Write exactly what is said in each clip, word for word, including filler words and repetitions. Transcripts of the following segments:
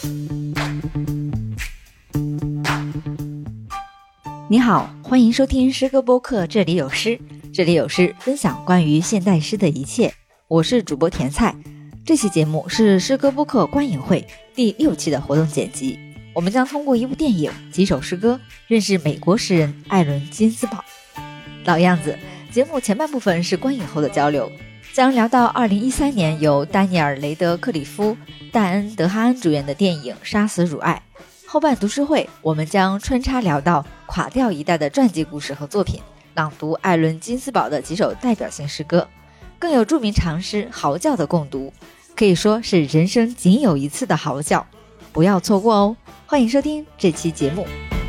你好，欢迎收听诗歌播客，这里有诗，这里有诗，分享关于现代诗的一切。我是主播甜菜，这期节目是诗歌播客观影会第六期的活动剪辑。我们将通过一部电影、几首诗歌，认识美国诗人艾伦·金斯堡。老样子，节目前半部分是观影后的交流，将聊到二零一三年由丹尼尔·雷德克里夫、戴恩·德哈恩主演的电影《杀死汝爱》。后半读诗会，我们将穿插聊到垮掉一代的传记故事和作品，朗读艾伦·金斯堡的几首代表性诗歌，更有著名长诗《嚎叫》的共读，可以说是人生仅有一次的嚎叫，不要错过哦！欢迎收听这期节目。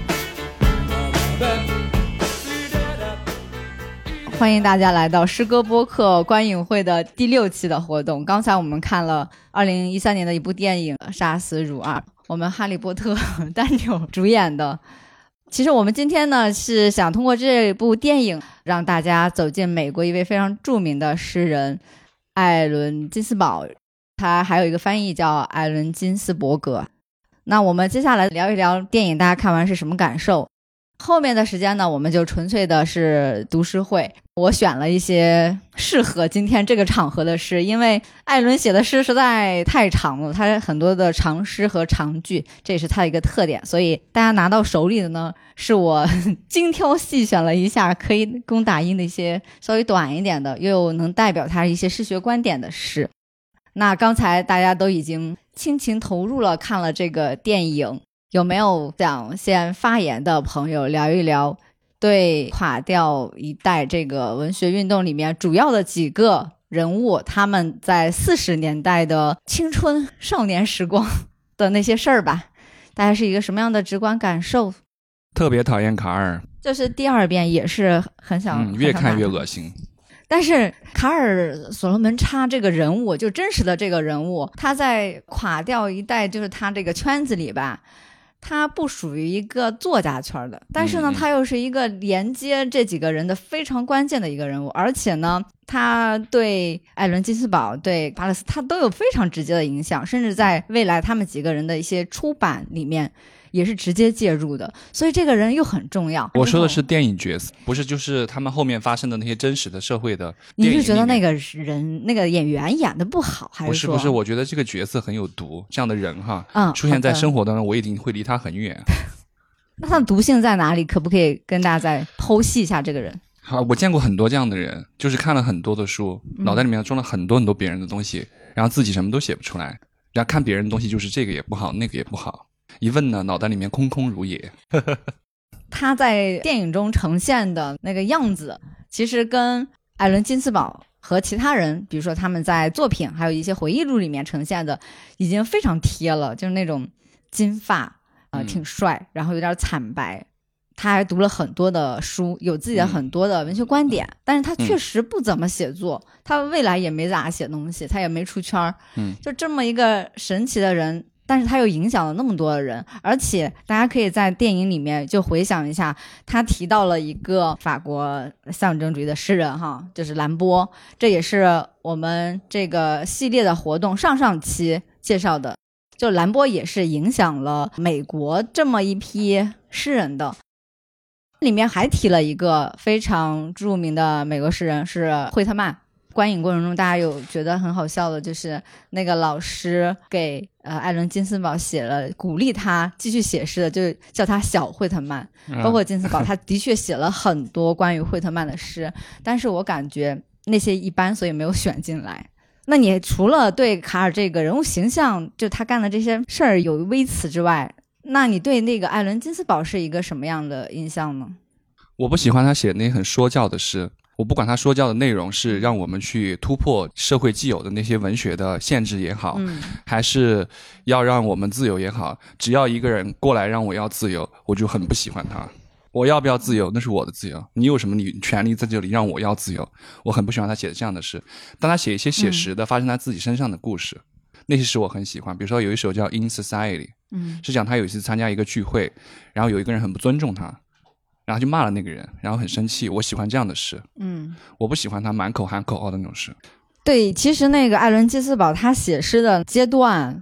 欢迎大家来到诗歌播客观影会的第六期的活动。刚才我们看了二零一三年的一部电影《杀死汝爱》，我们哈利波特丹纽主演的。其实我们今天呢是想通过这部电影让大家走进美国一位非常著名的诗人艾伦·金斯堡，他还有一个翻译叫艾伦·金斯伯格。那我们接下来聊一聊电影，大家看完是什么感受。后面的时间呢，我们就纯粹的是读诗会。我选了一些适合今天这个场合的诗，因为艾伦写的诗实在太长了，他很多的长诗和长句，这也是他的一个特点。所以大家拿到手里的呢，是我精挑细选了一下可以供打印的一些稍微短一点的，又能代表他一些诗学观点的诗。那刚才大家都已经倾情投入了看了这个电影，有没有想先发言的朋友聊一聊对垮掉一代这个文学运动里面主要的几个人物，他们在四十年代的青春少年时光的那些事儿吧？大家是一个什么样的直观感受？ 特别讨厌卡尔， 就是第二遍也是很想、 嗯、越看越恶心。 但是卡尔所罗门插这个人物，就真实的这个人物，他在垮掉一代就是他这个圈子里吧，他不属于一个作家圈的，但是呢，他又是一个连接这几个人的非常关键的一个人物，而且呢，他对艾伦·金斯堡、对巴勒斯他都有非常直接的影响，甚至在未来他们几个人的一些出版里面也是直接介入的，所以这个人又很重要。 我说的是电影角色，不是就是他们后面发生的那些真实的社会的电影。 你是觉得那个人那个演员演的不好，还是说？ 不是不是，我觉得这个角色很有毒，这样的人哈， 嗯， 出现在生活当中，我一定会离他很远。 那他的毒性在哪里？可不可以跟大家再剖析一下这个人？ 好，我见过很多这样的人，就是看了很多的书，脑袋里面装了很多很多别人的东西，然后自己什么都写不出来，然后看别人的东西就是这个也不好，那个也不好。一问呢，脑袋里面空空如也。 他在电影中呈现的那个样子，其实跟艾伦·金斯堡和其他人，比如说他们在作品还有一些回忆录里面呈现的，已经非常贴了，就是那种金发，呃，挺帅，嗯、然后有点惨白。他还读了很多的书，有自己的很多的文学观点，嗯、但是他确实不怎么写作，嗯、他未来也没咋写东西，他也没出圈。嗯，就这么一个神奇的人。但是他又影响了那么多的人，而且大家可以在电影里面就回想一下，他提到了一个法国象征主义的诗人哈，就是兰波，这也是我们这个系列的活动上上期介绍的，就兰波也是影响了美国这么一批诗人的。里面还提了一个非常著名的美国诗人是惠特曼。观影过程中大家有觉得很好笑的，就是那个老师给呃艾伦·金斯堡写了鼓励他继续写诗的，就叫他小惠特曼。包括金斯堡他的确写了很多关于惠特曼的诗，但是我感觉那些一般，所以没有选进来。那你除了对卡尔这个人物形象，就他干的这些事儿有微词之外，那你对那个艾伦·金斯堡是一个什么样的印象呢？ 我不喜欢他写那些很说教的诗，我不管他说教的内容是让我们去突破社会既有的那些文学的限制也好，嗯、还是要让我们自由也好，只要一个人过来让我要自由，我就很不喜欢他。我要不要自由那是我的自由，你有什么你权利在这里让我要自由？我很不喜欢他写的这样的诗。当他写一些写实的发生在自己身上的故事，嗯、那些诗我很喜欢。比如说有一首叫 In Society，嗯、是讲他有一次参加一个聚会，然后有一个人很不尊重他，然后就骂了那个人，然后很生气。我喜欢这样的诗，嗯，我不喜欢他满口喊口号的那种诗。 对，其实那个艾伦·金斯堡他写诗的阶段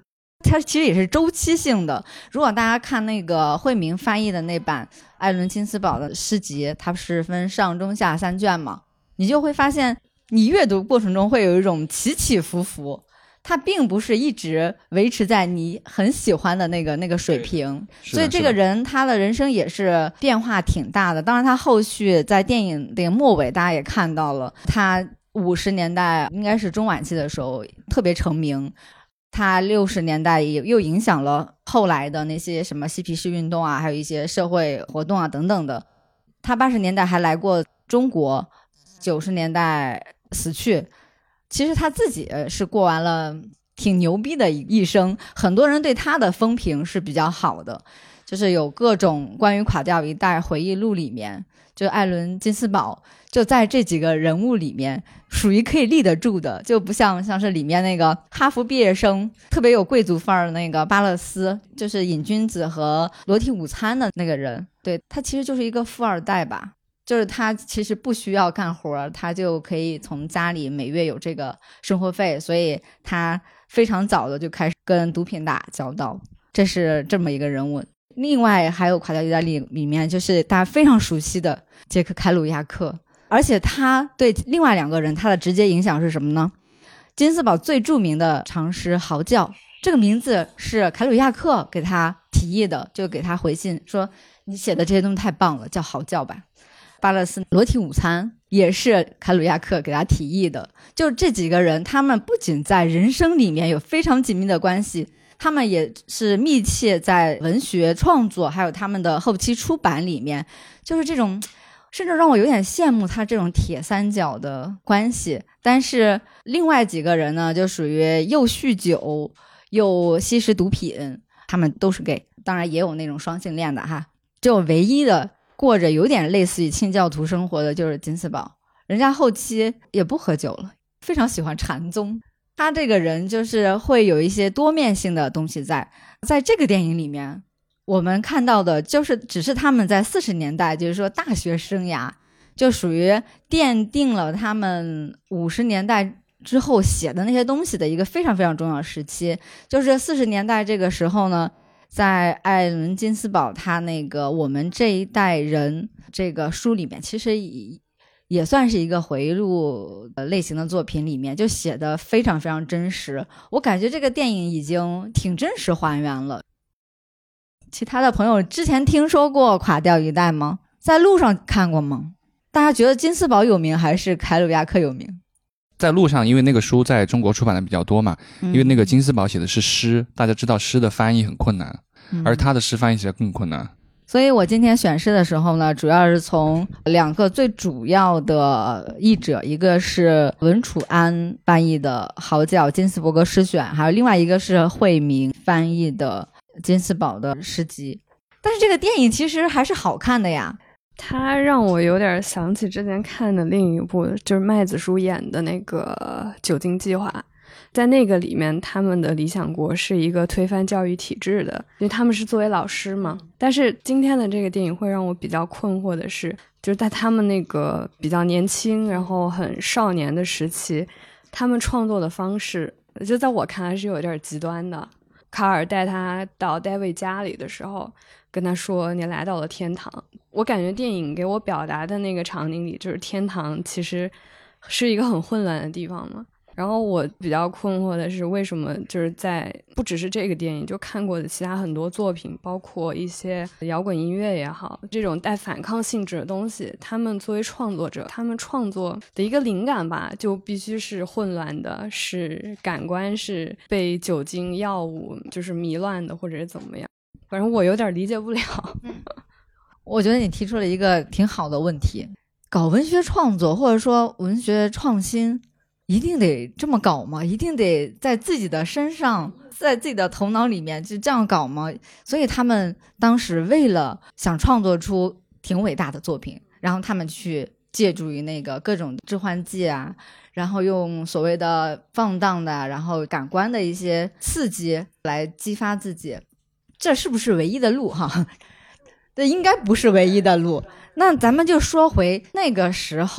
它其实也是周期性的。如果大家看那个慧明翻译的那版艾伦金斯堡的诗集，它是分上中下三卷嘛，你就会发现你阅读过程中会有一种起起伏伏，它并不是一直维持在你很喜欢的那个那个水平，所以这个人他的人生也是变化挺大的。当然他后续在电影的末尾大家也看到了，他五十年代应该是中晚期的时候特别成名，他六十年代也又影响了后来的那些什么嬉皮士运动啊，还有一些社会活动啊等等的。他八十年代还来过中国，九十年代死去。其实他自己是过完了挺牛逼的一生，很多人对他的风评是比较好的，就是有各种关于垮掉一代回忆录里面，就艾伦金斯堡就在这几个人物里面属于可以立得住的，就不像像是里面那个哈佛毕业生特别有贵族范儿的那个巴勒斯，就是瘾君子和裸体午餐的那个人，对，他其实就是一个富二代吧，就是他其实不需要干活，他就可以从家里每月有这个生活费，所以他非常早的就开始跟毒品打交道，这是这么一个人物。另外还有垮掉意大利里面就是大家非常熟悉的杰克凯鲁亚克，而且他对另外两个人他的直接影响是什么呢？金斯堡最著名的长诗《嚎叫》，这个名字是凯鲁亚克给他提议的，就给他回信说你写的这些东西太棒了，叫嚎叫吧。巴勒斯裸体午餐也是凯鲁亚克给他提议的。就这几个人，他们不仅在人生里面有非常紧密的关系，他们也是密切在文学创作还有他们的后期出版里面，就是这种甚至让我有点羡慕他这种铁三角的关系。但是另外几个人呢，就属于又酗酒又吸食毒品，他们都是 gay， 当然也有那种双性恋的哈，就唯一的过着有点类似于清教徒生活的就是金斯堡，人家后期也不喝酒了，非常喜欢禅宗。他这个人就是会有一些多面性的东西在在这个电影里面我们看到的就是只是他们在四十年代就是说大学生涯就属于奠定了他们五十年代之后写的那些东西的一个非常非常重要的时期。就是四十年代这个时候呢，在艾伦金斯堡他那个我们这一代人这个书里面，其实也算是一个回忆录类型的作品，里面就写的非常非常真实，我感觉这个电影已经挺真实还原了。其他的朋友之前听说过垮掉一代吗？在路上看过吗？大家觉得金斯堡有名还是凯鲁亚克有名？ 在路上，因为那个书在中国出版的比较多嘛， 嗯、 因为那个金斯堡写的是诗，大家知道诗的翻译很困难， 嗯、 而他的诗翻译起来更困难。 所以我今天选诗的时候呢，主要是从两个最主要的译者，一个是文楚安翻译的《嚎叫》金斯伯格诗选，还有另外一个是慧明翻译的金斯堡的诗集。但是这个电影其实还是好看的呀， 它让我有点想起之前看的另一部，就是麦子书演的那个《酒精计划》。在那个里面，他们的理想国是一个推翻教育体制的，因为他们是作为老师嘛。但是今天的这个电影会让我比较困惑的是，就是在他们那个比较年轻然后很少年的时期，他们创作的方式就在我看来是有点极端的。卡尔带他到戴维家里的时候跟他说你来到了天堂，我感觉电影给我表达的那个场景里，就是天堂其实是一个很混乱的地方嘛。然后我比较困惑的是，为什么就是在不只是这个电影，就看过的其他很多作品，包括一些摇滚音乐也好，这种带反抗性质的东西，他们作为创作者，他们创作的一个灵感吧，就必须是混乱的，是感官是被酒精药物就是迷乱的，或者是怎么样，反正我有点理解不了。 我觉得你提出了一个挺好的问题，搞文学创作或者说文学创新一定得这么搞吗？一定得在自己的身上，在自己的头脑里面就这样搞吗？所以他们当时为了想创作出挺伟大的作品，然后他们去借助于那个各种致幻剂啊，然后用所谓的放荡的然后感官的一些刺激来激发自己。这是不是唯一的路哈？这应该不是唯一的路。那咱们就说回那个时候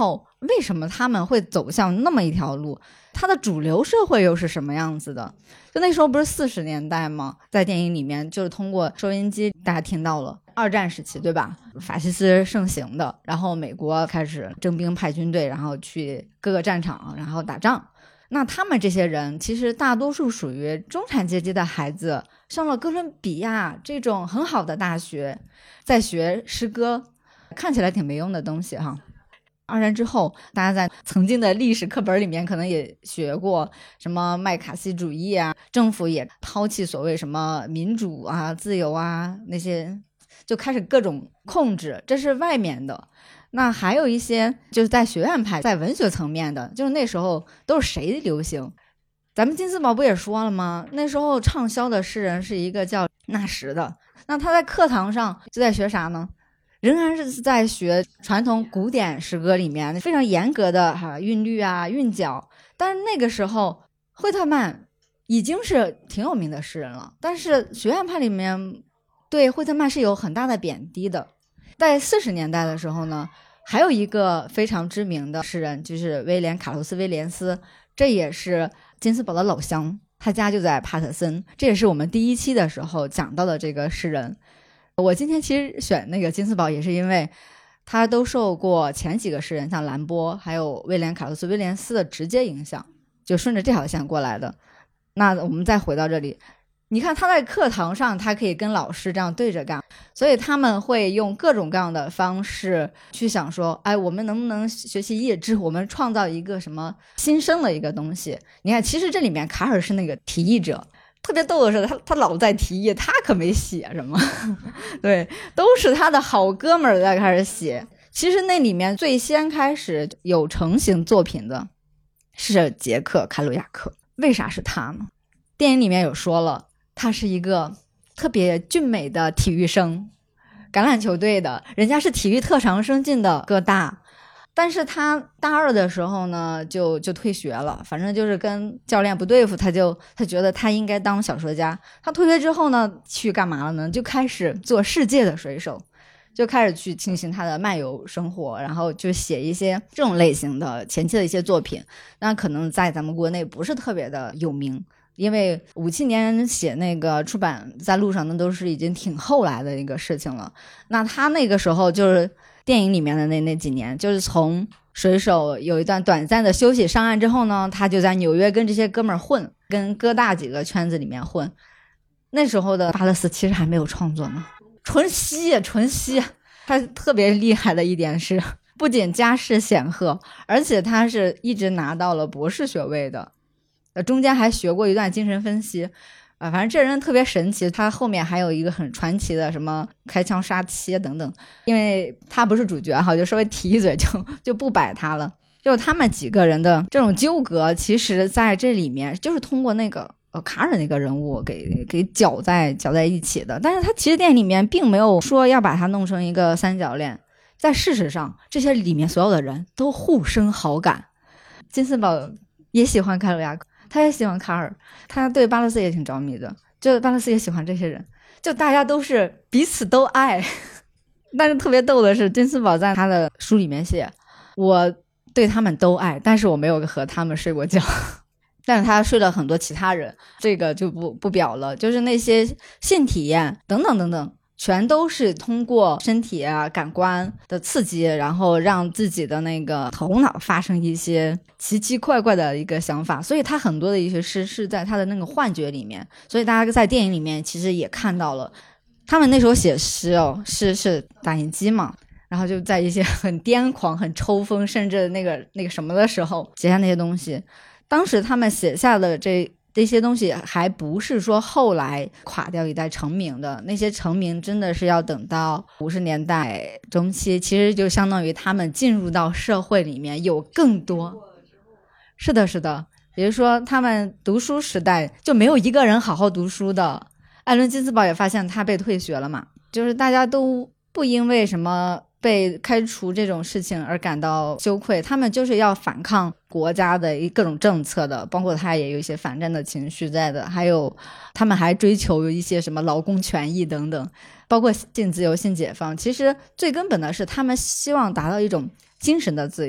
为什么他们会走向那么一条路，他的主流社会又是什么样子的。就那时候不是四十年代吗，在电影里面就是通过收音机大家听到了二战时期对吧，法西斯盛行的，然后美国开始征兵派军队，然后去各个战场然后打仗。那他们这些人其实大多数属于中产阶级的孩子，上了哥伦比亚这种很好的大学，在学诗歌，看起来挺没用的东西哈。二战之后大家在曾经的历史课本里面可能也学过什么麦卡锡主义啊，政府也抛弃所谓什么民主啊自由啊，那些就开始各种控制，这是外面的。那还有一些就是在学院派，在文学层面的，就是那时候都是谁流行，咱们金斯堡不也说了吗，那时候畅销的诗人是一个叫纳什的。那他在课堂上就在学啥呢，仍然是在学传统古典诗歌里面非常严格的哈韵律啊韵脚。但是那个时候惠特曼已经是挺有名的诗人了，但是学院派里面对惠特曼是有很大的贬低的。在四十年代的时候呢，还有一个非常知名的诗人就是威廉卡洛斯威廉斯，这也是金斯堡的老乡，他家就在帕特森，这也是我们第一期的时候讲到的这个诗人。我今天其实选那个金斯堡也是因为他都受过前几个诗人像兰波还有威廉卡洛斯威廉斯的直接影响，就顺着这条线过来的。那我们再回到这里，你看他在课堂上他可以跟老师这样对着干，所以他们会用各种各样的方式去想说，哎，我们能不能学习业知，我们创造一个什么新生的一个东西。你看其实这里面卡尔是那个提议者，特别逗的是他他老在提议，他可没写什么对，都是他的好哥们儿在开始写。其实那里面最先开始有成型作品的是杰克卡鲁亚克。为啥是他呢？电影里面有说了，他是一个特别俊美的体育生，橄榄球队的，人家是体育特长生进的哥大，但是他大二的时候呢就就退学了，反正就是跟教练不对付，他就他觉得他应该当小说家。他退学之后呢去干嘛了呢，就开始做世界的水手，就开始去进行他的漫游生活，然后就写一些这种类型的前期的一些作品。那可能在咱们国内不是特别的有名，因为五七年写那个出版在路上那都是已经挺后来的一个事情了。那他那个时候就是电影里面的那那几年，就是从水手有一段短暂的休息上岸之后呢，他就在纽约跟这些哥们儿混，跟哥大几个圈子里面混。那时候的巴勒斯其实还没有创作呢，纯吸纯吸。他特别厉害的一点是，不仅家世显赫，而且他是一直拿到了博士学位的，呃，中间还学过一段精神分析，啊，反正这人特别神奇。他后面还有一个很传奇的什么开枪杀妻等等，因为他不是主角哈，就稍微提一嘴就就不摆他了。就他们几个人的这种纠葛，其实在这里面就是通过那个呃卡尔那个人物给给搅在搅在一起的。但是他其实电影里面并没有说要把它弄成一个三角恋，在事实上这些里面所有的人都互生好感。金斯堡也喜欢卡鲁亚克，他也喜欢卡尔，他对巴勒斯也挺着迷的，就巴勒斯也喜欢这些人，就大家都是彼此都爱。但是特别逗的是，金斯堡在他的书里面写，我对他们都爱，但是我没有和他们睡过觉。但是他睡了很多其他人，这个就不不表了。就是那些性体验等等等等，全都是通过身体啊感官的刺激，然后让自己的那个头脑发生一些奇奇怪怪的一个想法。所以他很多的一些诗是在他的那个幻觉里面，所以大家在电影里面其实也看到了，他们那时候写诗哦，诗是打印机嘛，然后就在一些很癫狂很抽风甚至那个那个什么的时候写下那些东西。当时他们写下的这这些东西还不是说后来垮掉一代成名的，那些成名真的是要等到五十年代中期，其实就相当于他们进入到社会里面有更多。是的是的，比如说他们读书时代就没有一个人好好读书的。艾伦金斯堡也发现他被退学了嘛，就是大家都不因为什么被开除这种事情而感到羞愧，他们就是要反抗国家的各种政策的，包括他也有一些反战的情绪在的，还有他们还追求一些什么劳工权益等等，包括性自由性解放。其实最根本的是他们希望达到一种精神的自由，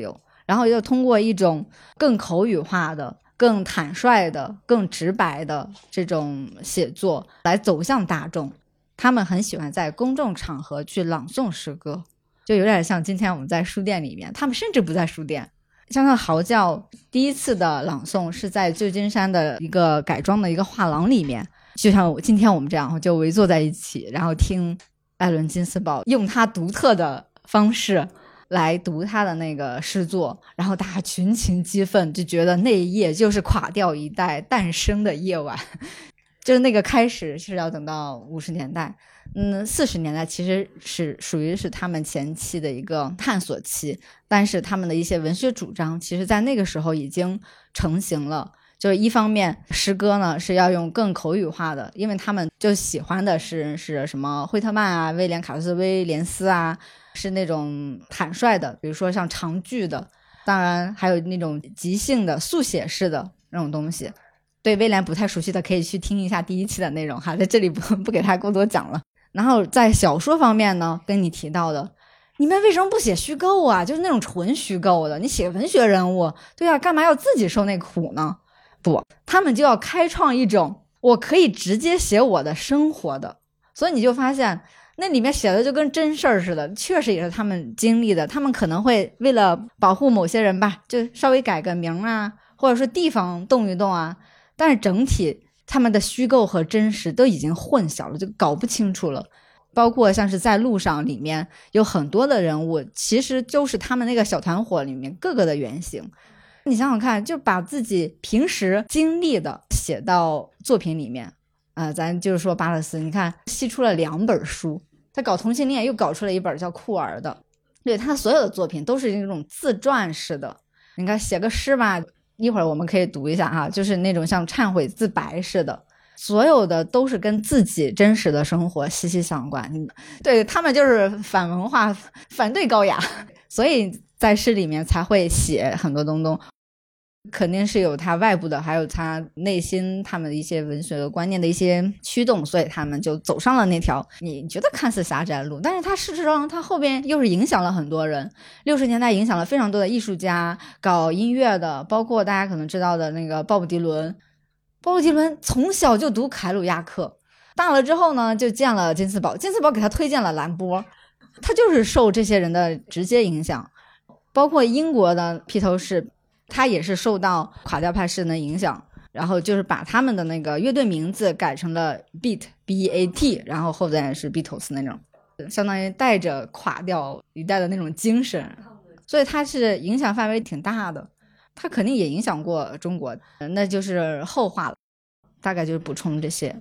然后又通过一种更口语化的、更坦率的、更直白的这种写作来走向大众。他们很喜欢在公众场合去朗诵诗歌，就有点像今天我们在书店里面，他们甚至不在书店。像那嚎叫第一次的朗诵是在旧金山的一个改装的一个画廊里面，就像今天我们这样就围坐在一起，然后听艾伦金斯堡用他独特的方式来读他的那个诗作，然后大家群情激愤，就觉得那一夜就是垮掉一代诞生的夜晚。就是那个开始是要等到五十年代，嗯，四十年代其实是属于是他们前期的一个探索期，但是他们的一些文学主张其实在那个时候已经成型了。就是一方面诗歌呢是要用更口语化的，因为他们就喜欢的诗人是什么惠特曼啊、威廉卡洛斯威廉斯啊，是那种坦率的，比如说像长句的，当然还有那种即兴的速写式的那种东西。对威廉不太熟悉的可以去听一下第一期的内容哈，在这里不不给他过多讲了。然后在小说方面呢，跟你提到的，你们为什么不写虚构啊？就是那种纯虚构的，你写文学人物，对啊，干嘛要自己受那苦呢？不，他们就要开创一种我可以直接写我的生活的。所以你就发现那里面写的就跟真事儿似的，确实也是他们经历的。他们可能会为了保护某些人吧，就稍微改个名啊，或者说地方动一动啊，但是整体他们的虚构和真实都已经混淆了，就搞不清楚了。包括像是在路上里面有很多的人物，其实就是他们那个小团伙里面各个的原型。你想想看，就把自己平时经历的写到作品里面，呃，咱就是说巴勒斯，你看吸出了两本书，他搞同性恋又搞出了一本叫酷儿的，对，他所有的作品都是那种自传式的。你看写个诗吧，一会儿我们可以读一下哈，就是那种像忏悔自白似的，所有的都是跟自己真实的生活息息相关。对，他们就是反文化，反对高雅，所以在诗里面才会写很多东东，肯定是有他外部的，还有他内心他们的一些文学的观念的一些驱动，所以他们就走上了那条你觉得看似狭窄的路，但是他事实上他后边又是影响了很多人。六十年代影响了非常多的艺术家，搞音乐的，包括大家可能知道的那个鲍勃迪伦。鲍勃迪伦从小就读凯鲁亚克，大了之后呢就见了金斯堡，金斯堡给他推荐了兰波，他就是受这些人的直接影响。包括英国的披头士，他也是受到垮掉派诗人的影响，然后就是把他们的那个乐队名字改成了 Beat B E A T， 然后后边是 Beatles 那种，相当于带着垮掉一代的那种精神，所以他是影响范围挺大的。他肯定也影响过中国，那就是后话了，大概就是补充这些。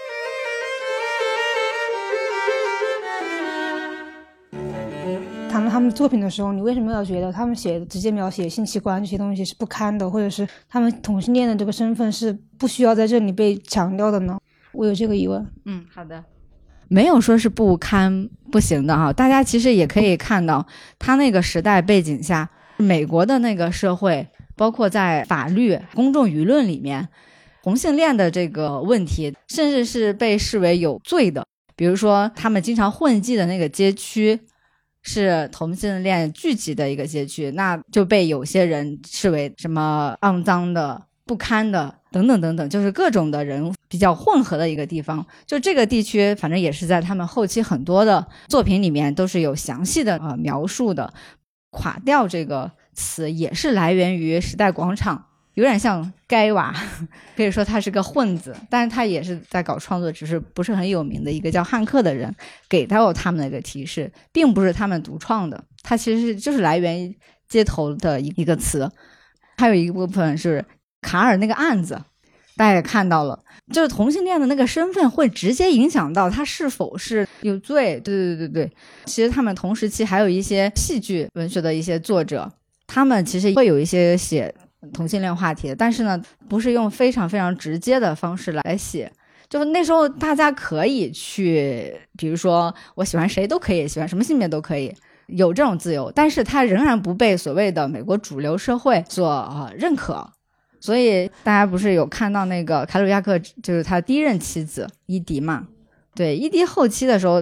谈论他们作品的时候，你为什么要觉得他们写的直接描写性器官这些东西是不堪的，或者是他们同性恋的这个身份是不需要在这里被强调的呢？我有这个疑问。 嗯，好的。没有说是不堪不行的哈，大家其实也可以看到他那个时代背景下美国的那个社会，包括在法律公众舆论里面，同性恋的这个问题甚至是被视为有罪的。比如说他们经常混迹的那个街区是同性恋聚集的一个街区，那就被有些人视为什么肮脏的、不堪的等等等等，就是各种的人比较混合的一个地方。就这个地区反正也是在他们后期很多的作品里面都是有详细的呃描述的。垮掉这个词也是来源于时代广场，有点像该娃，可以说他是个混子，但是他也是在搞创作，只是不是很有名的一个叫汉克的人给到他们的一个提示，并不是他们独创的，它其实就是来源于街头的一个词。还有一部分是卡尔那个案子，大家也看到了，就是同性恋的那个身份会直接影响到他是否是有罪。对对对对对，其实他们同时期还有一些戏剧文学的一些作者，他们其实会有一些写同性恋话题的，但是呢不是用非常非常直接的方式来写。就是那时候大家可以去，比如说我喜欢谁都可以，喜欢什么性别都可以，有这种自由，但是他仍然不被所谓的美国主流社会所、呃、认可。所以大家不是有看到那个凯鲁亚克就是他第一任妻子伊迪嘛？对，伊迪后期的时候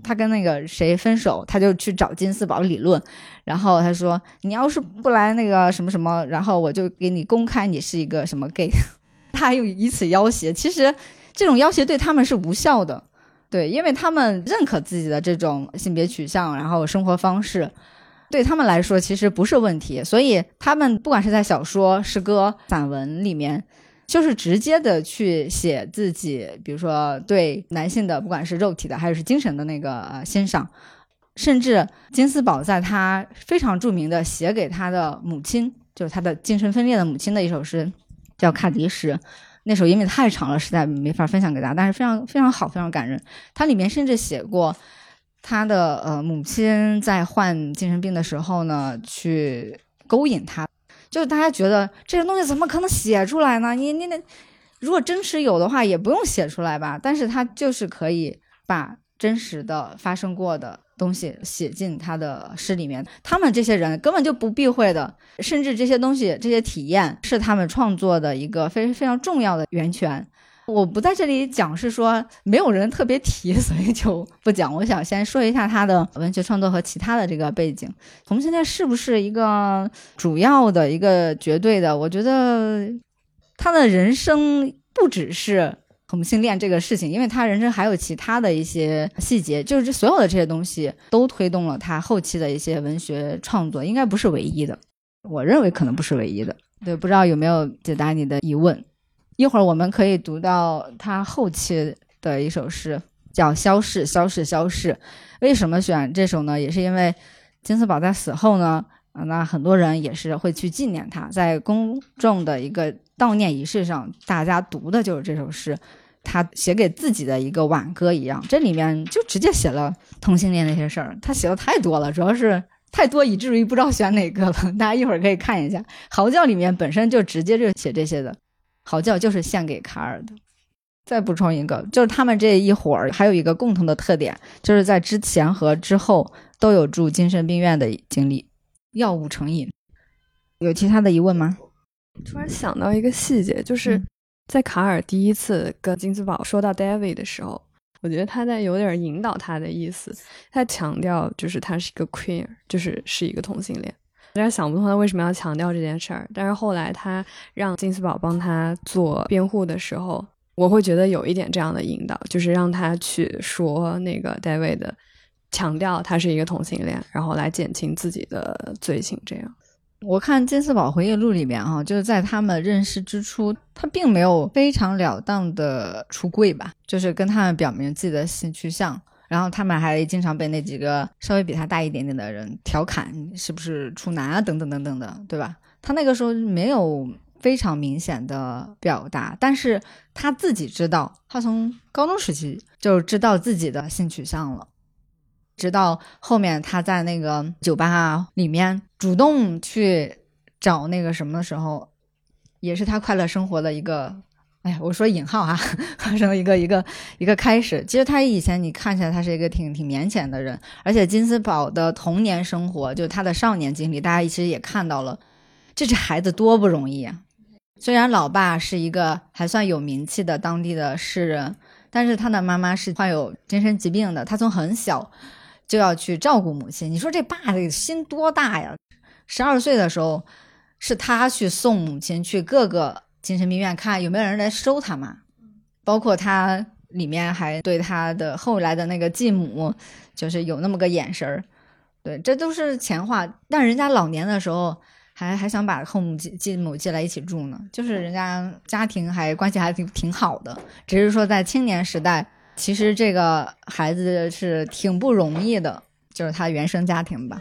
他跟那个谁分手，他就去找金斯堡理论，然后他说你要是不来那个什么什么，然后我就给你公开你是一个什么 gay 他又以此要挟。其实这种要挟对他们是无效的，对，因为他们认可自己的这种性别取向，然后生活方式对他们来说其实不是问题，所以他们不管是在小说、诗歌、散文里面，就是直接的去写自己，比如说对男性的不管是肉体的还是精神的那个呃欣赏。甚至金斯堡在他非常著名的写给他的母亲，就是他的精神分裂的母亲的一首诗叫《卡迪什》，那首因为太长了实在没法分享给大家，但是非常非常好，非常感人。它里面甚至写过他的呃母亲在患精神病的时候呢去勾引他，就是大家觉得这个东西怎么可能写出来呢？你你那如果真实有的话也不用写出来吧，但是他就是可以把真实的发生过的东西写进他的诗里面。他们这些人根本就不避讳的，甚至这些东西这些体验是他们创作的一个非非常重要的源泉。我不在这里讲是说没有人特别提，所以就不讲。我想先说一下他的文学创作和其他的这个背景。同性恋是不是一个主要的一个绝对的，我觉得他的人生不只是同性恋这个事情，因为他人生还有其他的一些细节，就是这所有的这些东西都推动了他后期的一些文学创作，应该不是唯一的，我认为可能不是唯一的。对，不知道有没有解答你的疑问。一会儿我们可以读到他后期的一首诗叫《消逝消逝消逝》。为什么选这首呢？也是因为金斯堡在死后呢，那很多人也是会去纪念他，在公众的一个悼念仪式上大家读的就是这首诗，他写给自己的一个挽歌一样。这里面就直接写了同性恋那些事儿，他写的太多了，主要是太多以至于不知道选哪个了。大家一会儿可以看一下，嚎叫里面本身就直接就写这些的，嚎叫就是献给卡尔的。再补充一个，就是他们这一伙儿还有一个共同的特点，就是在之前和之后都有住精神病院的经历，药物成瘾。有其他的疑问吗？ 突然想到一个细节，就是在卡尔第一次跟金斯堡说到 David 的时候，我觉得他在有点引导他的意思，他强调就是他是一个 queer， 就是是一个同性恋。有点想不通他为什么要强调这件事儿，但是后来他让金斯堡帮他做辩护的时候，我会觉得有一点这样的引导，就是让他去说那个 David 强调他是一个同性恋，然后来减轻自己的罪行。这样我看金斯堡回忆录里面哈、啊，就是在他们认识之初，他并没有非常了当的出柜吧，就是跟他们表明自己的性取向，然后他们还经常被那几个稍微比他大一点点的人调侃是不是处男啊等等等等的，对吧？他那个时候没有非常明显的表达，但是他自己知道，他从高中时期就知道自己的性取向了。直到后面他在那个酒吧里面主动去找那个什么的时候，也是他快乐生活的一个，哎呀，我说引号哈，发生一个一个一个开始。其实他以前你看起来他是一个挺挺腼腆的人，而且金斯堡的童年生活，就他的少年经历，大家其实也看到了，这是孩子多不容易啊。虽然老爸是一个还算有名气的当地的诗人，但是他的妈妈是患有精神疾病的，他从很小就要去照顾母亲。你说这爸这个心多大呀？十二岁的时候是他去送母亲去各个精神病院看有没有人来收他嘛，包括他里面还对他的后来的那个继母就是有那么个眼神儿。对，这都是前话，但人家老年的时候还还想把后母继母接来一起住呢，就是人家家庭还关系还挺挺好的，只是说在青年时代其实这个孩子是挺不容易的，就是他原生家庭吧。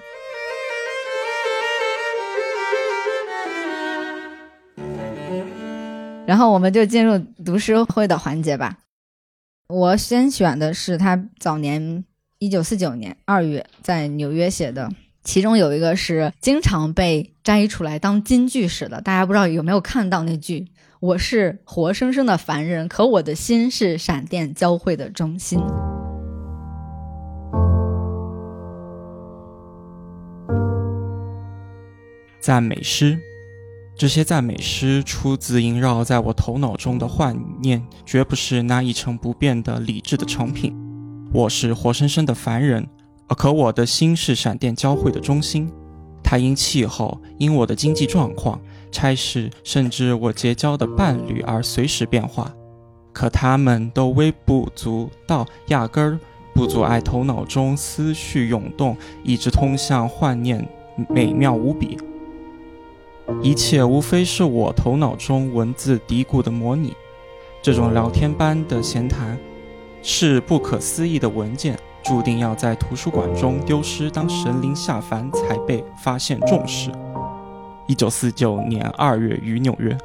然后我们就进入读诗会的环节吧。我先选的是他早年一九四九年二月在纽约写的，其中有一个是经常被摘出来当金句使的，大家不知道有没有看到那句，我是活生生的凡人，可我的心是闪电交汇的中心。 赞美诗，这些赞美诗出自萦绕在我头脑中的幻念，绝不是那一成不变的理智的成品。 我是活生生的凡人，可我的心是闪电交汇的中心。它因气候，因我的经济状况、差事，甚至我结交的伴侣而随时变化。可他们都微不足道，压根儿不阻碍头脑中思绪涌动，一直通向幻念，美妙无比。一切无非是我头脑中文字嘀咕的模拟。这种聊天般的闲谈，是不可思议的文件，注定要在图书馆中丢失，当神灵下凡才被发现重视。一九四九年二月于纽约。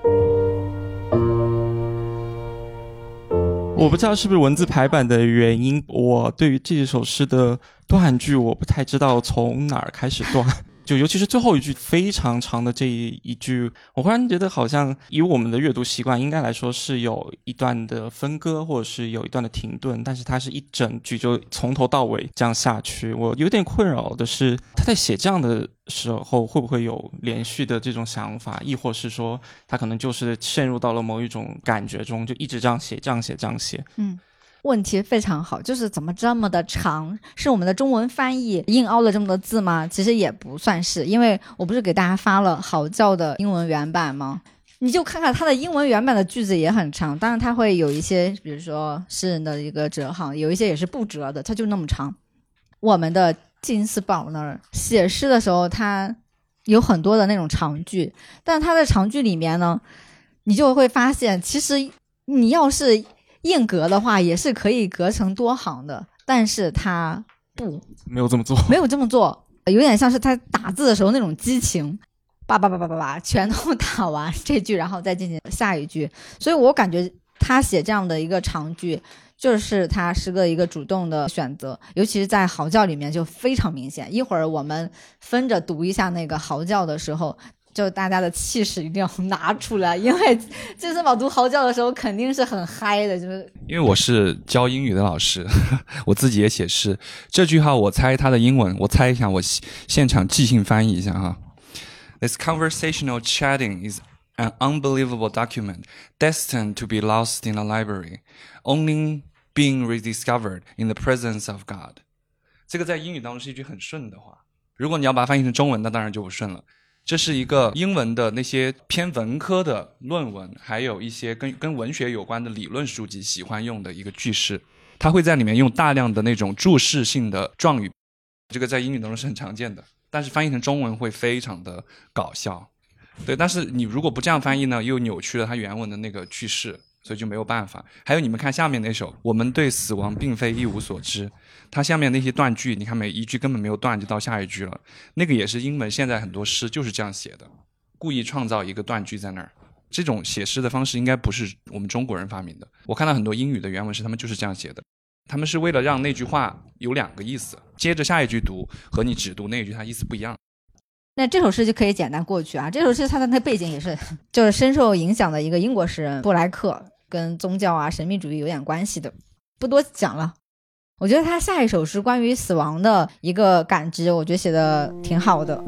我不知道是不是文字排版的原因，我对于这首诗的断句我不太知道从哪儿开始断。就尤其是最后一句非常长的这一句，我忽然觉得好像以我们的阅读习惯应该来说是有一段的分割，或者是有一段的停顿，但是它是一整句就从头到尾这样下去。我有点困扰的是他在写这样的时候会不会有连续的这种想法，亦或是说他可能就是陷入到了某一种感觉中，就一直这样写这样写这样写。 嗯，问题非常好，就是怎么这么的长？是我们的中文翻译硬凹了这么多字吗？其实也不算是，因为我不是给大家发了嚎叫的英文原版吗？你就看看它的英文原版的句子也很长，当然它会有一些，比如说诗人的一个折行，有一些也是不折的，它就那么长。我们的金斯堡呢，写诗的时候他有很多的那种长句，但他的长句里面呢，你就会发现其实你要是硬格的话也是可以格成多行的，但是他不没有这么做， 没有这么做，有点像是他打字的时候那种激情，叭叭叭叭叭叭全都打完这句然后再进行下一句。所以我感觉他写这样的一个长句就是他诗歌一个主动的选择，尤其是在嚎叫里面就非常明显。一会儿我们分着读一下那个嚎叫的时候，就大家的气势一定要拿出来，因为金斯堡读嚎叫的时候肯定是很嗨的。就是因为我是教英语的老师，我自己也写诗，这句话我猜它的英文，我猜一下，我现场即兴翻译一下哈。This conversational chatting is an unbelievable document destined to be lost in a library, only being rediscovered in the presence of God。 这个在英语当中是一句很顺的话，如果你要把它翻译成中文那当然就不顺了。这是一个英文的那些偏文科的论文，还有一些跟跟文学有关的理论书籍喜欢用的一个句式，它会在里面用大量的那种注释性的状语，这个在英语当中是很常见的，但是翻译成中文会非常的搞笑。对，但是你如果不这样翻译呢，又扭曲了它原文的那个句式，所以就没有办法。还有你们看下面那首，我们对死亡并非一无所知，它下面那些断句，你看每一句根本没有断就到下一句了，那个也是英文现在很多诗就是这样写的，故意创造一个断句在那儿。这种写诗的方式应该不是我们中国人发明的，我看到很多英语的原文是他们就是这样写的，他们是为了让那句话有两个意思，接着下一句读和你只读那一句它意思不一样。 那这首诗就可以简单过去啊。这首诗它的那背景也是就是深受影响的一个英国诗人布莱克，跟宗教啊神秘主义有点关系的，不多讲了。我觉得他下一首诗关于死亡的一个感知，我觉得写的挺好的。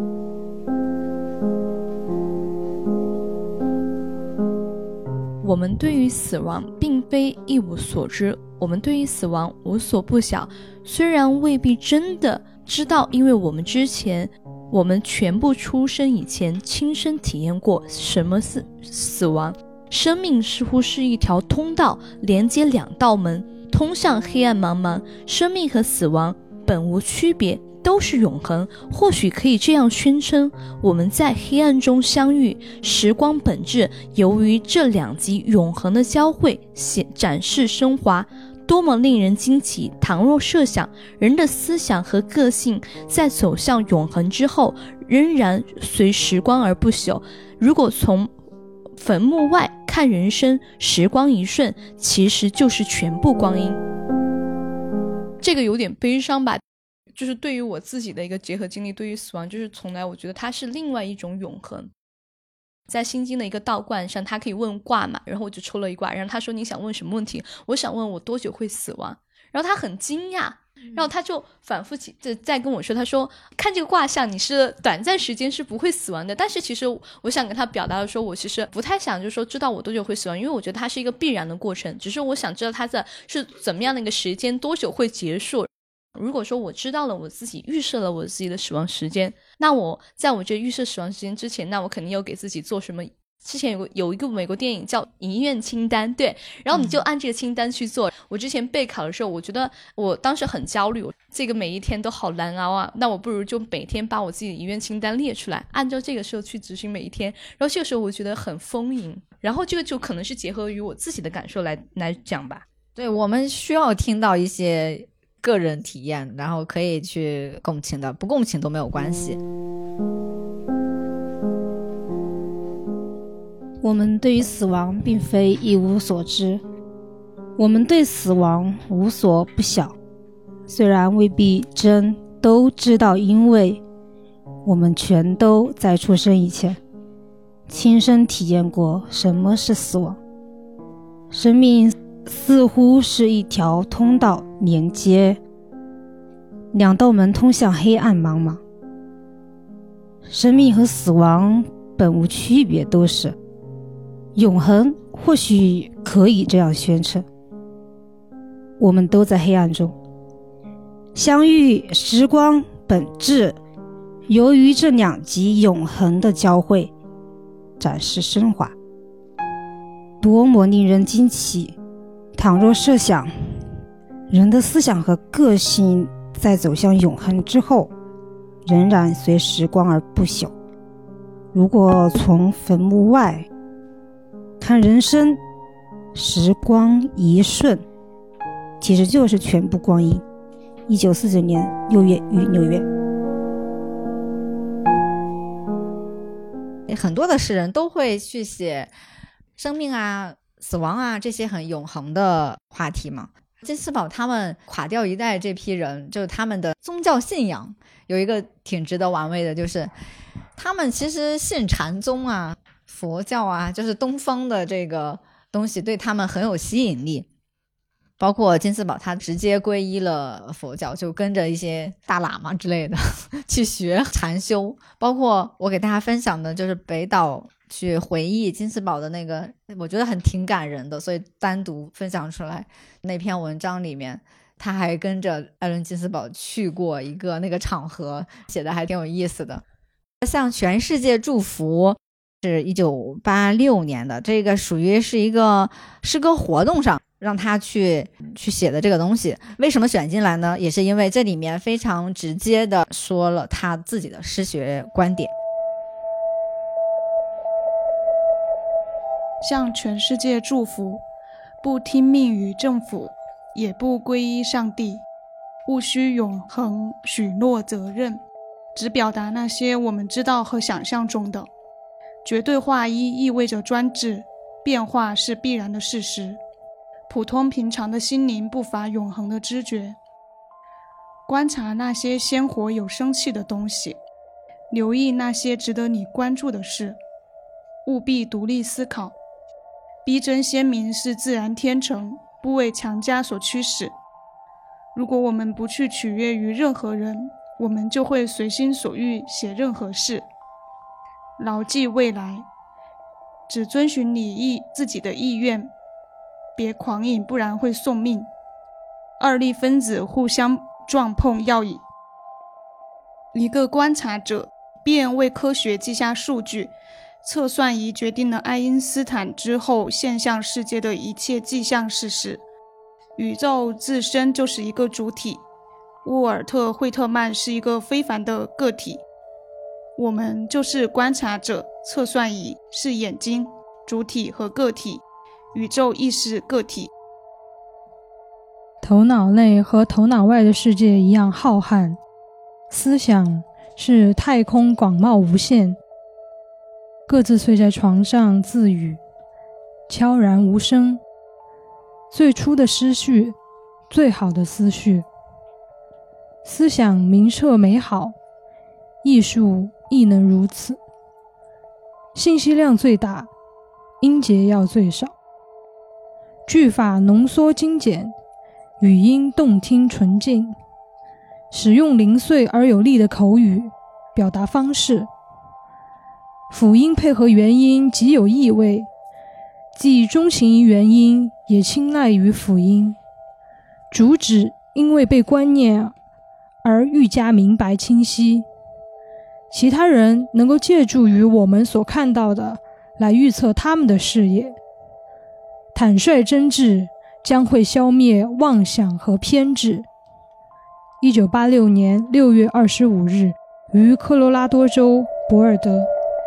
我们对于死亡并非一无所知，我们对于死亡无所不晓，虽然未必真的知道，因为我们之前我们全部出生以前亲身体验过什么是死亡。生命似乎是一条通道，连接两道门，通向黑暗茫茫。生命和死亡本无区别，都是永恒。或许可以这样宣称，我们在黑暗中相遇，时光本质由于这两极永恒的交汇显展示升华，多么令人惊奇！倘若设想人的思想和个性在走向永恒之后仍然随时光而不朽，如果从坟墓外看人生，时光一瞬其实就是全部光阴。 这个有点悲伤吧，就是对于我自己的一个结合经历，对于死亡就是从来我觉得它是另外一种永恒。在心经的一个道观上，他可以问卦嘛，然后我就抽了一卦，然后他说你想问什么问题，我想问我多久会死亡，然后他很惊讶， 然后他就反复在跟我说，他说看这个卦象你是短暂时间是不会死亡的，但是其实我想跟他表达的说，我其实不太想就是说知道我多久会死亡，因为我觉得它是一个必然的过程，只是我想知道它的是怎么样的一个时间，多久会结束。如果说我知道了我自己预设了我自己的死亡时间，那我在我这预设死亡时间之前，那我肯定要给自己做什么。之前有个有一个美国电影叫《遗愿清单》，对，然后你就按这个清单去做。嗯、我之前备考的时候，我觉得我当时很焦虑，这个每一天都好难熬啊，那我不如就每天把我自己的遗愿清单列出来，按照这个时候去执行每一天。然后这个时候我觉得很丰盈，然后这个就可能是结合于我自己的感受来来讲吧。 对，我们需要听到一些个人体验，然后可以去共情的，不共情都没有关系。 我们对于死亡并非一无所知，我们对死亡无所不晓，虽然未必真都知道，因为我们全都在出生以前亲身体验过什么是死亡。生命似乎是一条通道，连接两道门，通向黑暗茫茫。生命和死亡本无区别，都是永恒，或许可以这样宣称。我们都在黑暗中相遇，时光本质由于这两极永恒的交汇展示升华，多么令人惊奇！倘若设想人的思想和个性在走向永恒之后仍然随时光而不朽，如果从坟墓外看人生，时光一瞬其实就是全部光阴。一九四九年六月于纽约。 很多的诗人都会去写生命啊、死亡啊这些很永恒的话题嘛。金斯堡他们垮掉一代这批人，就是他们的宗教信仰有一个挺值得玩味的，就是他们其实信禅宗啊、佛教啊，就是东方的这个东西对他们很有吸引力。包括金斯堡他直接皈依了佛教，就跟着一些大喇嘛之类的去学禅修。包括我给大家分享的就是北岛去回忆金斯堡的那个，我觉得很挺感人的，所以单独分享出来。那篇文章里面他还跟着艾伦金斯堡去过一个那个场合，写的还挺有意思的。向全世界祝福是一九八六年的，这个属于是一个诗歌活动上让他去去写的这个东西。为什么选进来呢？也是因为这里面非常直接的说了他自己的诗学观点。 向全世界祝福，不听命于政府，也不皈依上帝，务须永恒许诺责任，只表达那些我们知道和想象中的。绝对化一意味着专制，变化是必然的事实。普通平常的心灵不乏永恒的知觉，观察那些鲜活有生气的东西，留意那些值得你关注的事，务必独立思考。逼真鲜明是自然天成，不为强加所驱使。如果我们不去取悦于任何人，我们就会随心所欲写任何事。牢记未来，只遵循你意自己的意愿，别狂饮，不然会送命。二粒分子互相撞碰要以一个观察者便为科学记下数据，测算仪决定了爱因斯坦之后现象世界的一切迹象事实。宇宙自身就是一个主体，沃尔特·惠特曼是一个非凡的个体，我们就是观察者，测算仪是眼睛，主体和个体，宇宙亦是个体。 头脑内和头脑外的世界一样浩瀚，思想是太空广袤无限。各自睡在床上自语，悄然无声。最初的思绪，最好的思绪。思想明澈美好，艺术亦能如此。信息量最大，音节要最少。句法浓缩精简，语音动听纯净。 使用零碎而有力的口语表达方式，辅音配合元音极有意味，既钟情于元音，也青睐于辅音。主旨因为被观念而愈加明白清晰，其他人能够借助于我们所看到的来预测他们的视野。坦率真挚将会消灭妄想和偏执。一九八六年六月二十五日，于科罗拉多州博尔德。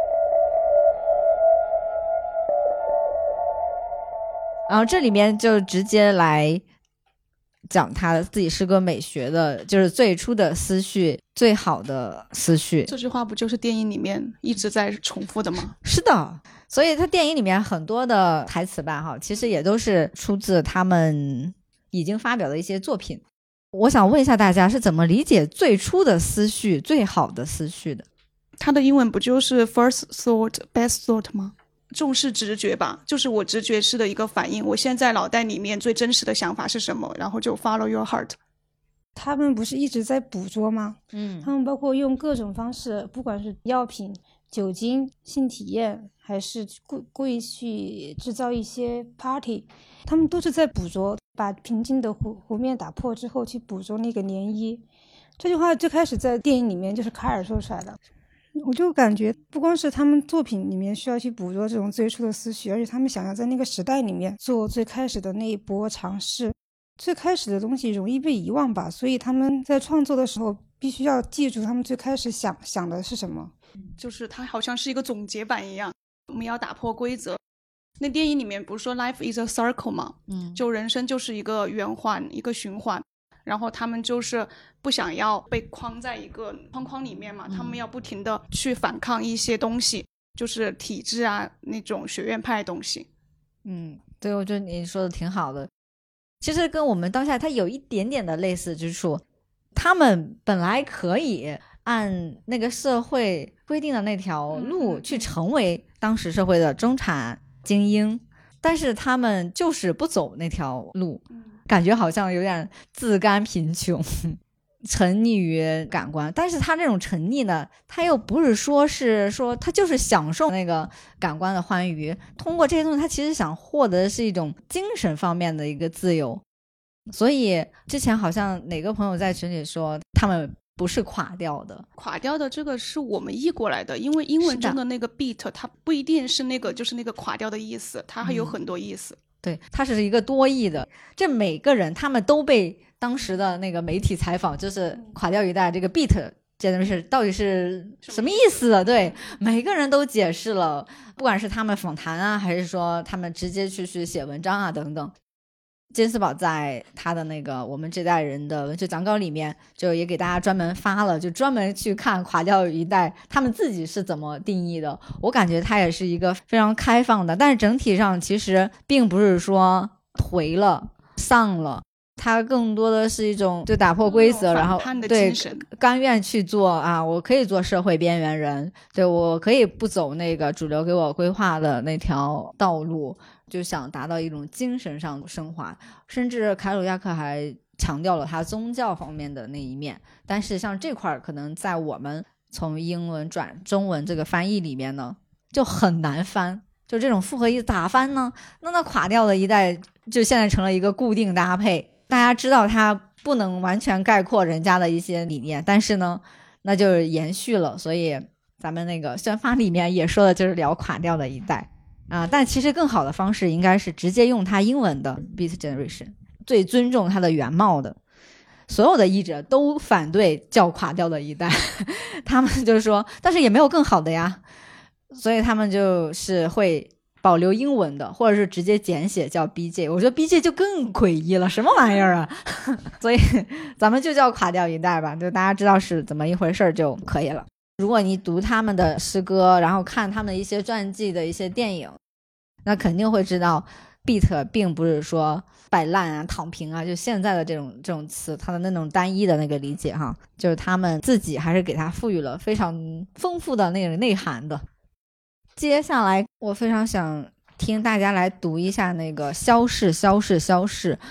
然后这里面就直接来讲他自己诗歌美学的，就是最初的思绪，最好的思绪。 这句话不就是电影里面一直在重复的吗？ 是的，所以他电影里面很多的台词吧，哈，其实也都是出自他们已经发表的一些作品。我想问一下大家，是怎么理解最初的思绪，最好的思绪的？ 他的英文不就是 first thought, best thought 吗？重视直觉吧，就是我直觉式的一个反应，我现在脑袋里面最真实的想法是什么，然后就 follow your heart。 他们不是一直在捕捉吗？ 嗯， 他们包括用各种方式，不管是药品、酒精、性体验，还是故故意去制造一些 party， 他们都是在捕捉，把平静的湖湖面打破之后去捕捉那个涟漪。这句话最开始在电影里面就是卡尔说出来的。我就感觉不光是他们作品里面需要去捕捉这种最初的思绪，而且他们想要在那个时代里面做最开始的那一波尝试。最开始的东西容易被遗忘吧，所以他们在创作的时候必须要记住他们最开始想想的是什么。 就是它好像是一个总结版一样，我们要打破规则。那电影里面不是说 life is a circle 吗？嗯，就人生就是一个圆环，一个循环。然后他们就是不想要被框在一个框框里面嘛，嗯、他们要不停的去反抗一些东西，就是体制啊，那种学院派的东西。 嗯，对，我觉得你说的挺好的。其实跟我们当下它有一点点的类似之处，他们本来可以按那个社会规定的那条路去成为当时社会的中产精英，但是他们就是不走那条路。感觉好像有点自甘贫穷，沉溺于感官。但是他这种沉溺呢，他又不是说是说他就是享受那个感官的欢愉，通过这些东西他其实想获得的是一种精神方面的一个自由。所以之前好像哪个朋友在群里说他们不是垮掉的， 垮掉的这个是我们译过来的，因为英文中的那个 beat 它不一定是那个就是那个垮掉的意思，它还有很多意思。嗯， 对，它是一个多义的。这每个人他们都被当时的那个媒体采访，就是垮掉一代这个 beat generation 到底是什么意思？对，每个人都解释了，不管是他们访谈啊，还是说他们直接去去写文章啊等等。金斯堡在他的那个我们这代人的文学讲稿里面，就也给大家专门发了，就专门去看垮掉一代他们自己是怎么定义的。我感觉他也是一个非常开放的，但是整体上其实并不是说颓了丧了，它更多的是一种就打破规则，然后对甘愿去做啊，我可以做社会边缘人，对，我可以不走那个主流给我规划的那条道路，就想达到一种精神上的升华。甚至凯鲁亚克还强调了他宗教方面的那一面，但是像这块可能在我们从英文转中文这个翻译里面呢就很难翻，就这种复合意咋翻呢？那那垮掉的一代就现在成了一个固定搭配，大家知道它不能完全概括人家的一些理念，但是呢那就是延续了。所以咱们那个宣发里面也说的就是聊垮掉的一代啊，但其实更好的方式应该是直接用它英文的 Beat Generation， 最尊重它的原貌的。所有的译者都反对叫垮掉的一代他们就是说但是也没有更好的呀，所以他们就是会保留英文的，或者是直接简写叫 B J。 我觉得 B J 就更诡异了，什么玩意儿啊所以咱们就叫垮掉一代吧，就大家知道是怎么一回事就可以了。如果你读他们的诗歌，然后看他们的一些传记的一些电影，那肯定会知道 beat 并不是说摆烂啊躺平啊，就现在的这种这种词它的那种单一的那个理解哈，就是他们自己还是给它赋予了非常丰富的那个内涵的。接下来我非常想听大家来读一下那个消逝消逝消逝，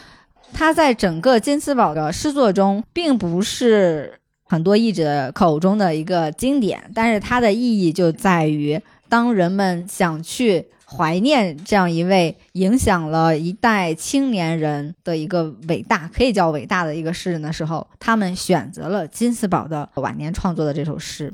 他在整个金斯堡的诗作中并不是很多译者口中的一个经典，但是它的意义就在于当人们想去怀念这样一位影响了一代青年人的一个伟大，可以叫伟大的一个诗人的时候，他们选择了金斯堡的晚年创作的这首诗。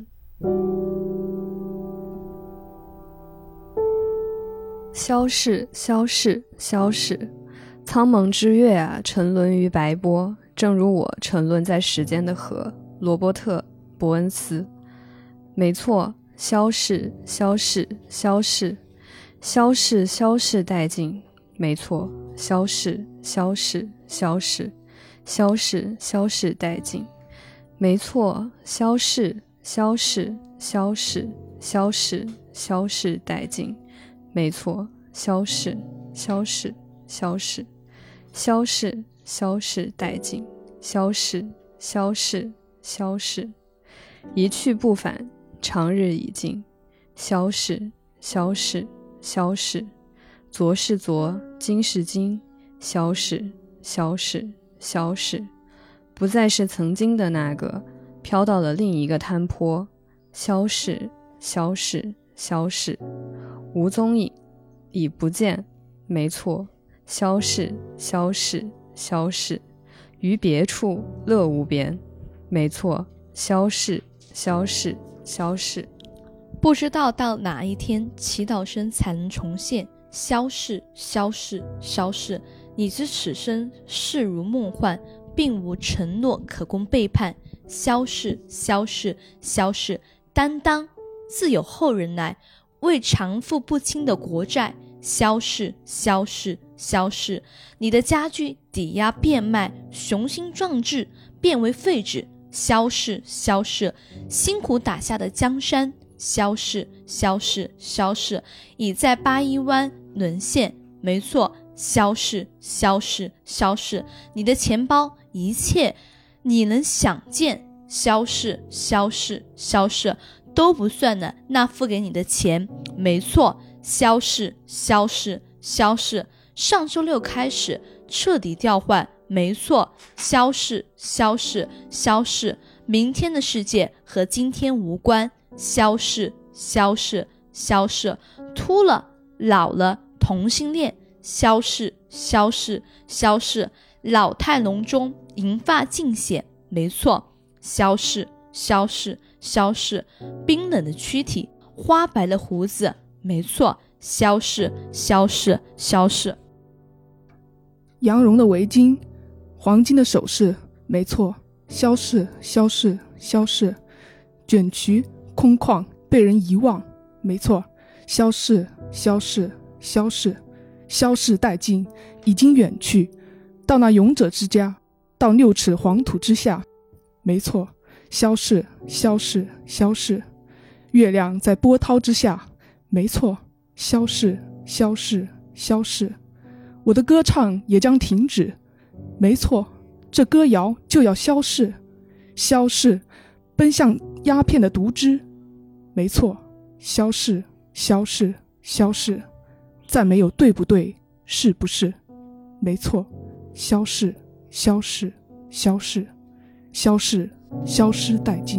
消逝，消逝，消逝，苍茫之月啊，沉沦于白波，正如我沉沦在时间的河。罗伯特·伯恩斯。没错，消逝，消逝，消逝，消逝，消逝殆尽。没错，消逝，消逝，消逝，消逝，消逝殆尽。没错，消逝，消逝，消逝，消逝，消逝殆尽。没错，消逝，消逝，消逝，消逝，消逝殆尽。消逝，消逝，消逝，一去不返，长日已尽。消逝，消逝，消逝，昨是昨，今是今。消逝，消逝，消逝，不再是曾经的那个，飘到了另一个滩坡。消逝，消逝，消逝，无踪影，已不见。没错，消逝，消逝，消逝，于别处乐无边。没错，消逝，消逝，消逝。 不知道到哪一天祈祷声才能重现。消逝，消逝，消逝，你知此生事如梦幻，并无承诺可供背叛。消逝，消逝，消逝，担当自有后人来为偿付不清的国债。消逝，消逝，消逝，你的家具抵押变卖，雄心壮志变为废纸。消逝，消逝，辛苦打下的江山。消逝，消逝，消逝，已在八一湾沦陷。没错，消逝，消逝，消逝，你的钱包一切你能想见。消逝，消逝，消逝，都不算呢那付给你的钱。没错，消逝，消逝，消逝，上周六开始彻底调换。没错，消逝，消逝，消逝，明天的世界和今天无关。消逝，消逝，消逝，秃了，老了，同性恋。消逝，消逝，消逝，老态龙钟，银发尽显。没错，消逝，消逝，消逝，冰冷的躯体，花白的胡子。没错，消逝，消逝，消逝。 羊绒的围巾，黄金的首饰。没错，消逝，消逝，消逝，卷曲空旷，被人遗忘。没错，消逝，消逝，消逝，消逝殆尽，已经远去，到那勇者之家，到六尺黄土之下。没错，消逝，消逝，消逝，月亮在波涛之下。没错，消逝，消逝，消逝，我的歌唱也将停止。没错，这歌谣就要消逝，消逝，奔向鸦片的毒汁。没错，消逝，消逝，消逝，再没有对不对，是不是？没错，消逝，消逝，消逝，消逝，消失殆尽。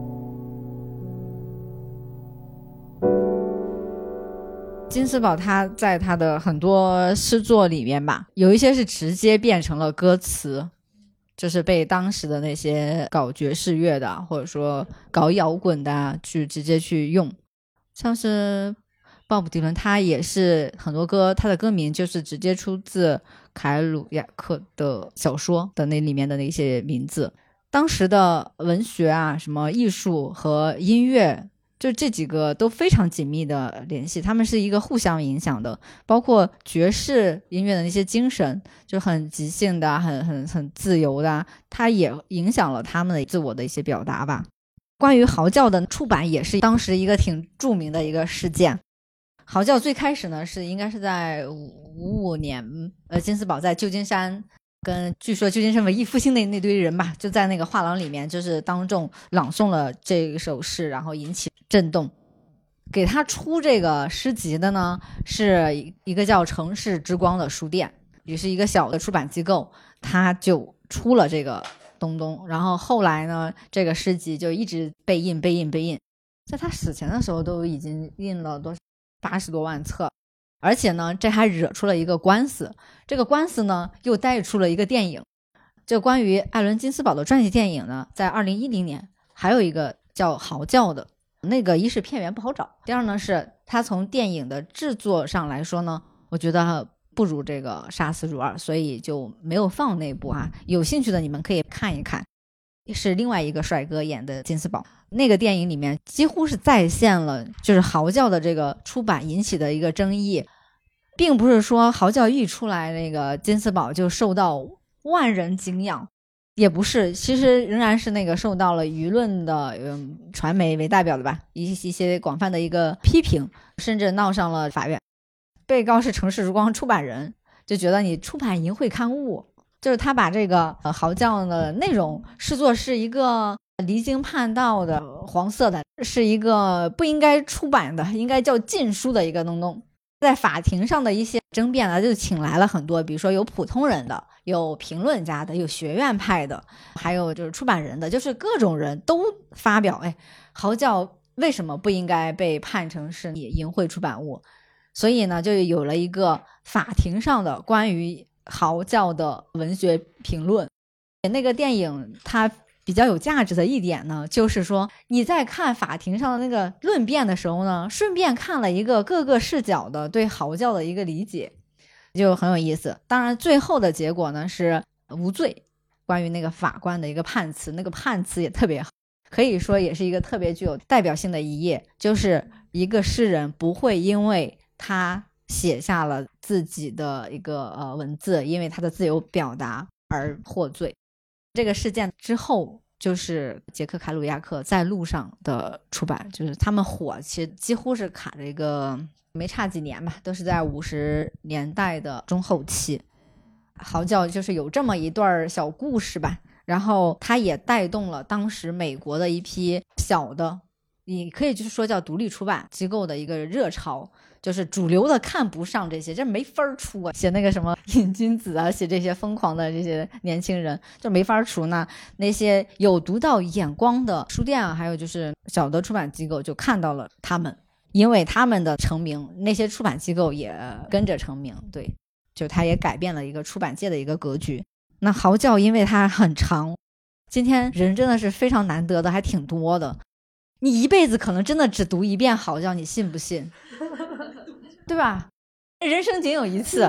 金斯堡他在他的很多诗作里面吧，有一些是直接变成了歌词，就是被当时的那些搞爵士乐的或者说搞摇滚的去直接去用。像是鲍勃迪伦，他也是很多歌，他的歌名就是直接出自凯鲁亚克的小说的那里面的那些名字。当时的文学啊，什么艺术和音乐，就这几个都非常紧密的联系，他们是一个互相影响的。包括爵士音乐的那些精神，就很即兴的，很很很自由的，它也影响了他们的自我的一些表达吧。关于嚎叫的出版也是当时一个挺著名的一个事件。嚎叫最开始呢是应该是在五五年，呃，金斯堡在旧金山跟据说旧金山文艺复兴的那堆人吧，就在那个画廊里面就是当众朗诵了这首诗，然后引起震动。给他出这个诗集的呢是一个叫城市之光的书店，也是一个小的出版机构。 他就出了这个东东，然后后来呢，这个诗集就一直被印被印被印，在他死前的时候都已经印了多八十多万册，而且呢，这还惹出了一个官司，这个官司呢又带出了一个电影。这关于艾伦金斯堡的传记电影呢，在二零一零年还有一个叫嚎叫的，那个一是片源不好找，第二呢是他从电影的制作上来说呢，我觉得不如这个杀死如二，所以就没有放那部啊。有兴趣的你们可以看一看，是另外一个帅哥演的金斯堡。那个电影里面几乎是再现了就是嚎叫的这个出版引起的一个争议，并不是说嚎叫一出来那个金斯堡就受到万人敬仰，也不是，其实仍然是那个受到了舆论的、嗯、传媒为代表的吧，一一些广泛的一个批评，甚至闹上了法院。被告是城市之光出版人，就觉得你出版淫秽刊物，就是他把这个、呃、嚎叫的内容视作是一个离经叛道的、黄色的，是一个不应该出版的，应该叫禁书的一个东东。在法庭上的一些争辩呢，就请来了很多，比如说有普通人的，有评论家的，有学院派的，还有就是出版人的，就是各种人都发表，哎，嚎叫为什么不应该被判成是淫秽出版物？所以呢，就有了一个法庭上的关于嚎叫的文学评论。那个电影它比较有价值的一点呢，就是说你在看法庭上的那个论辩的时候呢，顺便看了一个各个视角的对嚎叫的一个理解，就很有意思。当然最后的结果呢是无罪，关于那个法官的一个判词，那个判词也特别好，可以说也是一个特别具有代表性的一页，就是一个诗人不会因为他写下了自己的一个呃文字，因为他的自由表达而获罪。这个事件之后就是捷克凯鲁亚克在路上的出版，就是他们火其实几乎是卡着一个没差几年吧，都是在五十年代的中后期。嚎叫就是有这么一段小故事吧，然后它也带动了当时美国的一批小的，你可以就是说叫独立出版机构的一个热潮，就是主流的看不上这些，这没法出啊，写那个什么瘾君子啊，写这些疯狂的这些年轻人就没法出呢。那些有独到眼光的书店啊，还有就是小的出版机构就看到了他们，因为他们的成名，那些出版机构也跟着成名，对，就它也改变了一个出版界的一个格局。那嚎叫因为它很长，今天人真的是非常难得的，还挺多的，你一辈子可能真的只读一遍嚎叫，你信不信？对吧？人生仅有一次。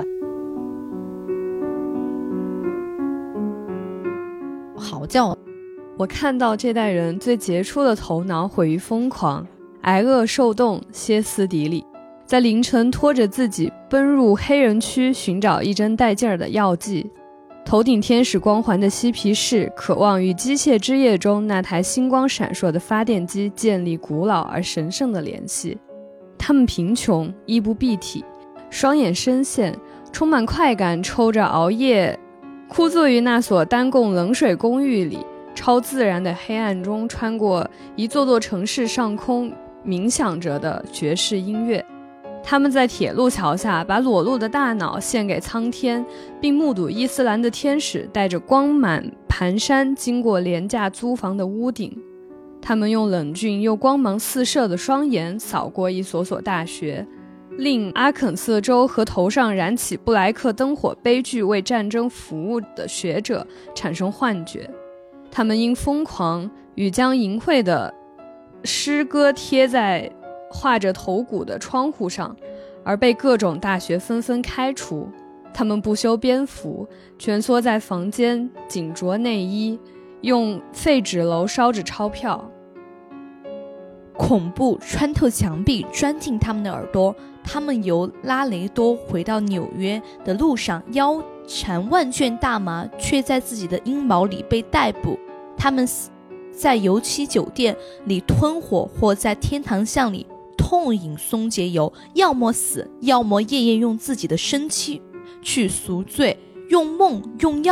嚎叫， 我看到这代人最杰出的头脑毁于疯狂，挨饿受冻，歇斯底里，在凌晨拖着自己奔入黑人区寻找一针带劲儿的药剂。头顶天使光环的嬉皮士渴望与机械之夜中那台星光闪烁的发电机建立古老而神圣的联系。他们贫穷，衣不蔽体，双眼深陷，充满快感，抽着熬夜，枯坐于那所单供冷水公寓里，超自然的黑暗中穿过一座座城市上空冥想着的爵士音乐。他们在铁路桥下把裸露的大脑献给苍天，并目睹伊斯兰的天使带着光满蹒跚经过廉价租房的屋顶。他们用冷峻又光芒四射的双眼扫过一所所大学，令阿肯色州和头上燃起布莱克灯火悲剧为战争服务的学者产生幻觉。他们因疯狂与将淫秽的诗歌贴在画着头骨的窗户上而被各种大学纷纷开除。他们不修边幅，蜷缩在房间，紧着内衣，用废纸篓烧着钞票。 恐怖穿透墙壁，钻进他们的耳朵。他们由拉雷多回到纽约的路上腰缠万卷大麻，却在自己的阴谋里被逮捕。他们在油漆酒店里吞火，或在天堂巷里痛饮松节油，要么死，要么夜夜用自己的生气去赎罪，用梦用药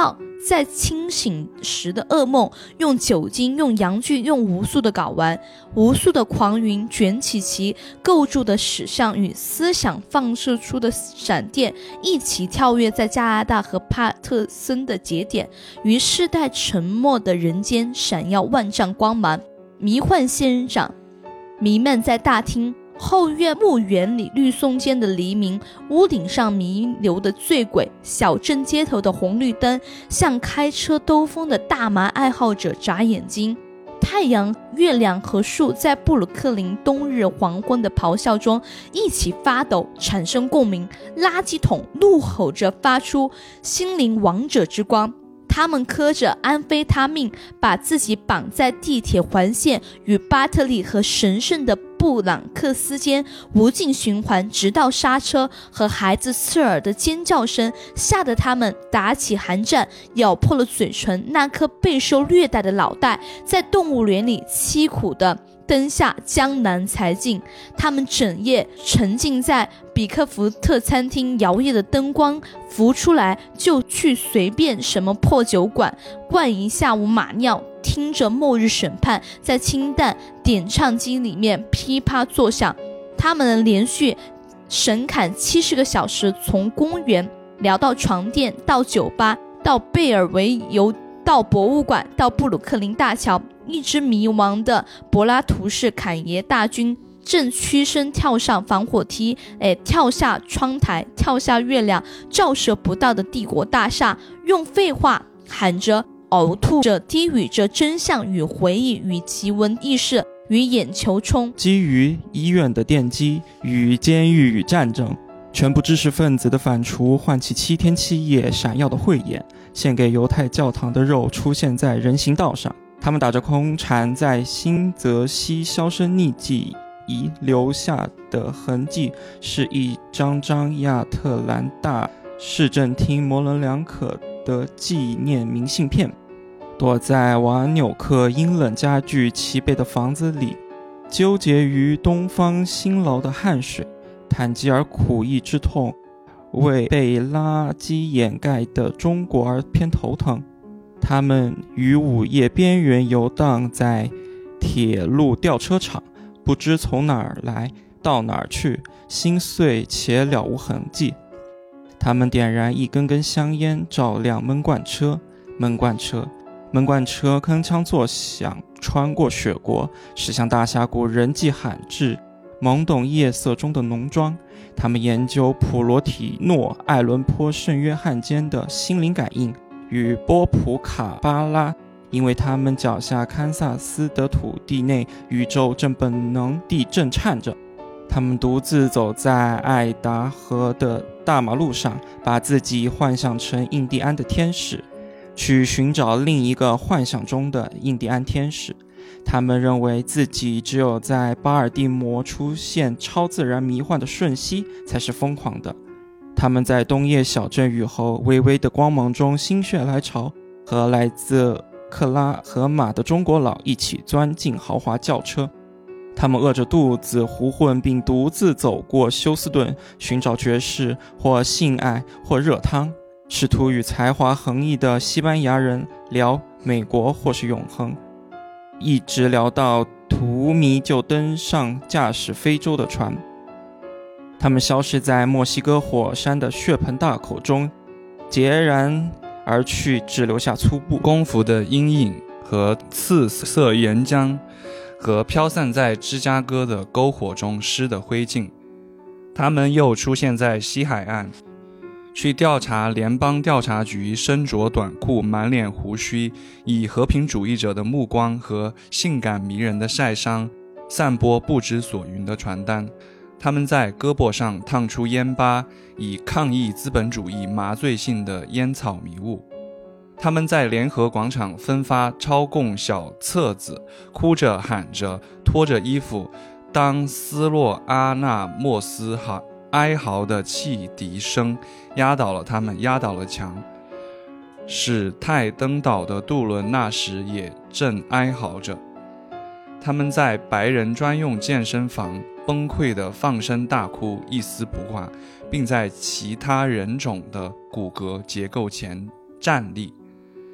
在清醒时的噩梦，用酒精，用阳具，用无数的睾丸，无数的狂云卷起其构筑的史像与思想放射出的闪电，一起跳跃在加拿大和帕特森的节点，于世代沉默的人间闪耀万丈光芒。迷幻仙人掌弥漫在大厅，后院墓园里绿松间的黎明，屋顶上弥留的醉鬼，小镇街头的红绿灯向开车兜风的大麻爱好者眨眼睛。太阳、月亮和树在布鲁克林冬日黄昏的咆哮中一起发抖，产生共鸣。垃圾桶怒吼着发出心灵王者之光，他们磕着安非他命，把自己绑在地铁环线与巴特利和神圣的布朗克斯间无尽循环，直到刹车和孩子刺耳的尖叫声吓得他们打起寒战，咬破了嘴唇。那颗备受虐待的脑袋在动物园里凄苦的灯下江南才尽，他们整夜沉浸在比克福特餐厅摇曳的灯光，浮出来就去随便什么破酒馆灌一下午马尿，听着末日审判在清淡点唱机里面噼啪作响。他们连续神侃七十个小时，从公园聊到床垫，到酒吧，到贝尔维尤，到博物馆，到布鲁克林大桥。一只迷茫的柏拉图式坎爷大军正屈身跳上防火梯，哎，跳下窗台，跳下月亮照射不到的帝国大厦，用废话喊着，呕吐着，低语着真相与回忆与奇闻异事与眼球冲。 基于医院的电击与监狱与战争，全部知识分子的反刍唤起七天七夜闪耀的慧眼，献给犹太教堂的肉出现在人行道上。他们打着空蝉，在新泽西销声匿迹，遗留下的痕迹是一张张亚特兰大市政厅模棱两可的纪念明信片。躲在瓦纽克阴冷家具齐备的房子里，纠结于东方辛劳的汗水，坦吉尔苦役之痛，为被垃圾掩盖的中国而偏头疼。他们于午夜边缘游荡在铁路吊车场，不知从哪儿来到哪儿去，心碎且了无痕迹。他们点燃一根根香烟，照亮闷罐车，闷罐车，闷罐车铿锵作响，穿过雪国，驶向大峡谷人迹罕至懵懂夜色中的农庄。他们研究普罗提诺、爱伦坡、圣约翰间的心灵感应与波普卡巴拉，因为他们脚下堪萨斯的土地内，宇宙正本能地震颤着。他们独自走在爱达河的大马路上，把自己幻想成印第安的天使，去寻找另一个幻想中的印第安天使。他们认为自己只有在巴尔的摩出现超自然迷幻的瞬息才是疯狂的。他们在冬夜小镇雨后微微的光芒中心血来潮，和来自克拉荷马的中国佬一起钻进豪华轿车。他们饿着肚子胡混，并独自走过休斯顿，寻找爵士或性爱或热汤，试图与才华横溢的西班牙人聊美国或是永恒，一直聊到荼蘼就登上驾驶非洲的船。他们消失在墨西哥火山的血盆大口中，孑然而去，只留下粗布功夫的阴影和刺色岩浆，和飘散在芝加哥的篝火中湿的灰烬。他们又出现在西海岸，去调查联邦调查局身着短裤、满脸胡须，以和平主义者的目光和性感迷人的晒伤散播不知所云的传单。他们在胳膊上烫出烟疤，以抗议资本主义麻醉性的烟草迷雾。他们在联合广场分发超供小册子，哭着喊着，拖着衣服。当斯洛阿纳莫斯哈哀嚎的汽笛声压倒了他们，压倒了墙。史泰登岛的杜伦那时也正哀嚎着。他们在白人专用健身房崩溃地放声大哭，一丝不挂，并在其他人种的骨骼结构前站立。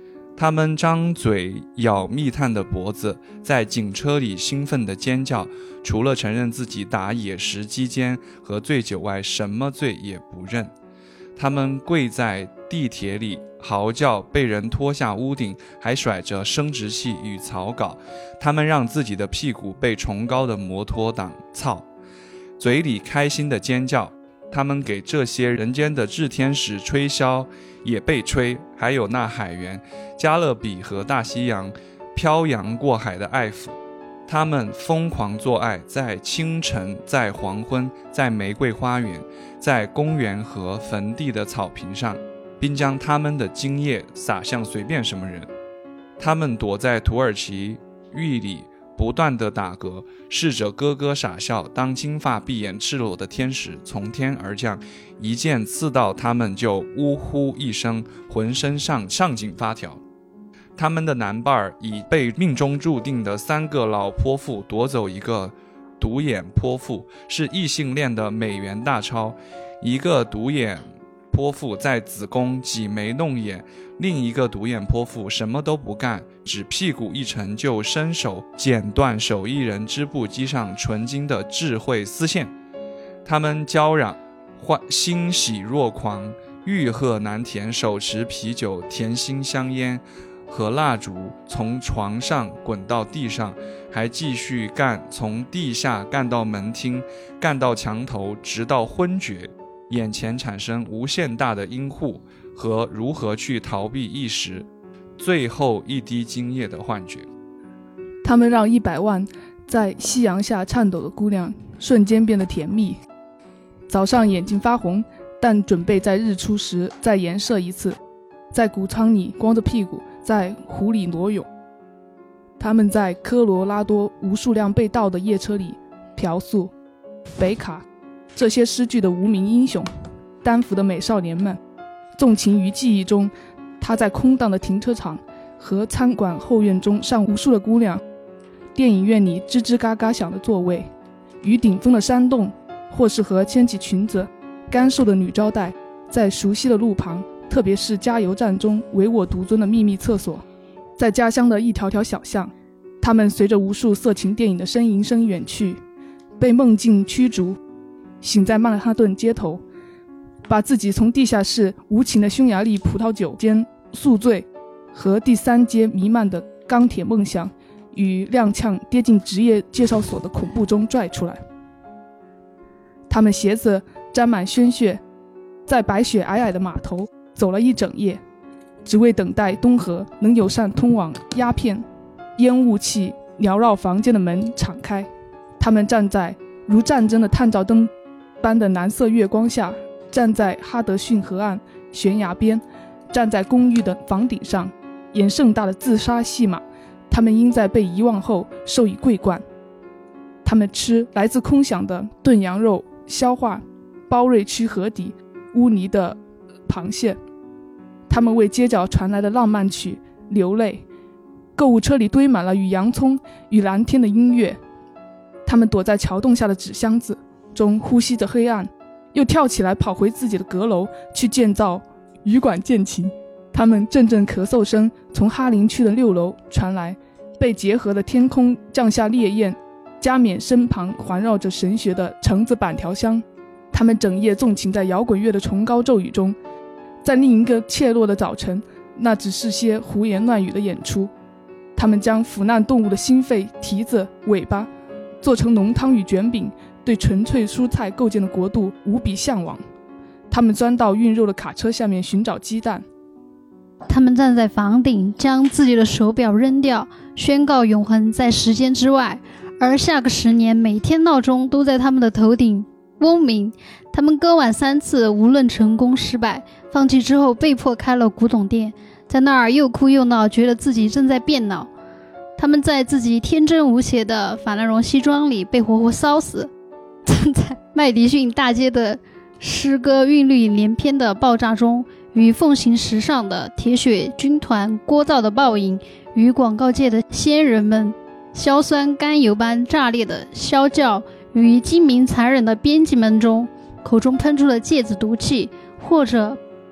他们张嘴咬密探的脖子，在警车里兴奋地尖叫，除了承认自己打野食鸡奸和醉酒外，什么罪也不认。他们跪在地铁里嚎叫，被人拖下屋顶，还甩着生殖器与草稿。他们让自己的屁股被崇高的摩托挡操，嘴里开心的尖叫。他们给这些人间的炽天使吹箫，也被吹。还有那海员、加勒比和大西洋漂洋过海的爱抚，他们疯狂做爱，在清晨，在黄昏，在玫瑰花园，在公园和坟地的草坪上，并将他们的精液洒向随便什么人。他们躲在土耳其狱里不断地打嗝，试着咯咯傻笑，当金发碧眼赤裸的天使从天而降，一剑刺到他们就呜呼一声，浑身上上紧发条。他们的男伴已被命中注定的三个老泼妇夺走，一个独眼泼妇是异性恋的美元大钞，一个独眼泼妇在子宫挤眉弄眼，另一个独眼泼妇什么都不干，只屁股一沉就伸手剪断手艺人织布机上纯金的智慧丝线。他们娇嚷，欣喜若狂，欲壑难填，手持啤酒、甜心香烟和蜡烛，从床上滚到地上，还继续干，从地下干到门厅，干到墙头，直到昏厥。眼前产生无限大的阴户和如何去逃避一时最后一滴精液的幻觉。 他们让一百万在夕阳下颤抖的姑娘瞬间变得甜蜜。早上眼睛发红，但准备在日出时再颜射一次，在谷仓里光着屁股在湖里裸泳。他们在科罗拉多无数辆被盗的夜车里嫖宿。北卡这些失去的无名英雄，丹佛的美少年们，纵情于记忆中他在空荡的停车场和餐馆后院中上无数的姑娘，电影院里吱吱嘎嘎响的座位，与顶峰的山洞，或是和牵起裙子干瘦的女招待在熟悉的路旁，特别是加油站中唯我独尊的秘密厕所。在家乡的一条条小巷，他们随着无数色情电影的呻吟声远去，被梦境驱逐，醒在曼哈顿街头，把自己从地下室无情的匈牙利葡萄酒间宿醉和第三街弥漫的钢铁梦想与踉跄跌进职业介绍所的恐怖中拽出来。他们鞋子沾满鲜血，在白雪皑皑的码头走了一整夜，只为等待东河能有扇通往鸦片烟雾气缭绕房间的门敞开。他们站在如战争的探照灯般的蓝色月光下，站在哈德逊河岸悬崖边，站在公寓的房顶上，演盛大的自杀戏码。他们应在被遗忘后受以桂冠。他们吃来自空想的炖羊肉，消化包瑞区河底乌尼的螃蟹。他们为街角传来的浪漫曲流泪。购物车里堆满了与洋葱与蓝天的音乐。他们躲在桥洞下的纸箱子中呼吸着黑暗，又跳起来跑回自己的阁楼去建造羽管键琴。他们阵阵咳嗽声从哈林区的六楼传来，被结合的天空降下烈焰，加冕身旁环绕着神学的橙子板条香。他们整夜纵情在摇滚乐的崇高咒语中，在另一个怯懦的早晨，那只是些胡言乱语的演出。他们将腐烂动物的心肺、蹄子、尾巴做成浓汤与卷饼，对纯粹蔬菜构建的国度无比向往。他们钻到运肉的卡车下面寻找鸡蛋。 他们站在房顶，将自己的手表扔掉，宣告永恒在时间之外，而下个十年每天闹钟都在他们的头顶嗡鸣。他们割腕三次，无论成功失败，放弃之后被迫开了古董店，在那儿又哭又闹，觉得自己正在变老。他们在自己天真无邪的法兰绒西装里被活活烧死，站在麦迪逊大街的诗歌韵律连篇的爆炸中，与奉行时尚的铁血军团聒噪的暴饮，与广告界的仙人们硝酸甘油般炸裂的啸叫，与精明残忍的编辑们中口中喷出了芥子毒气，或者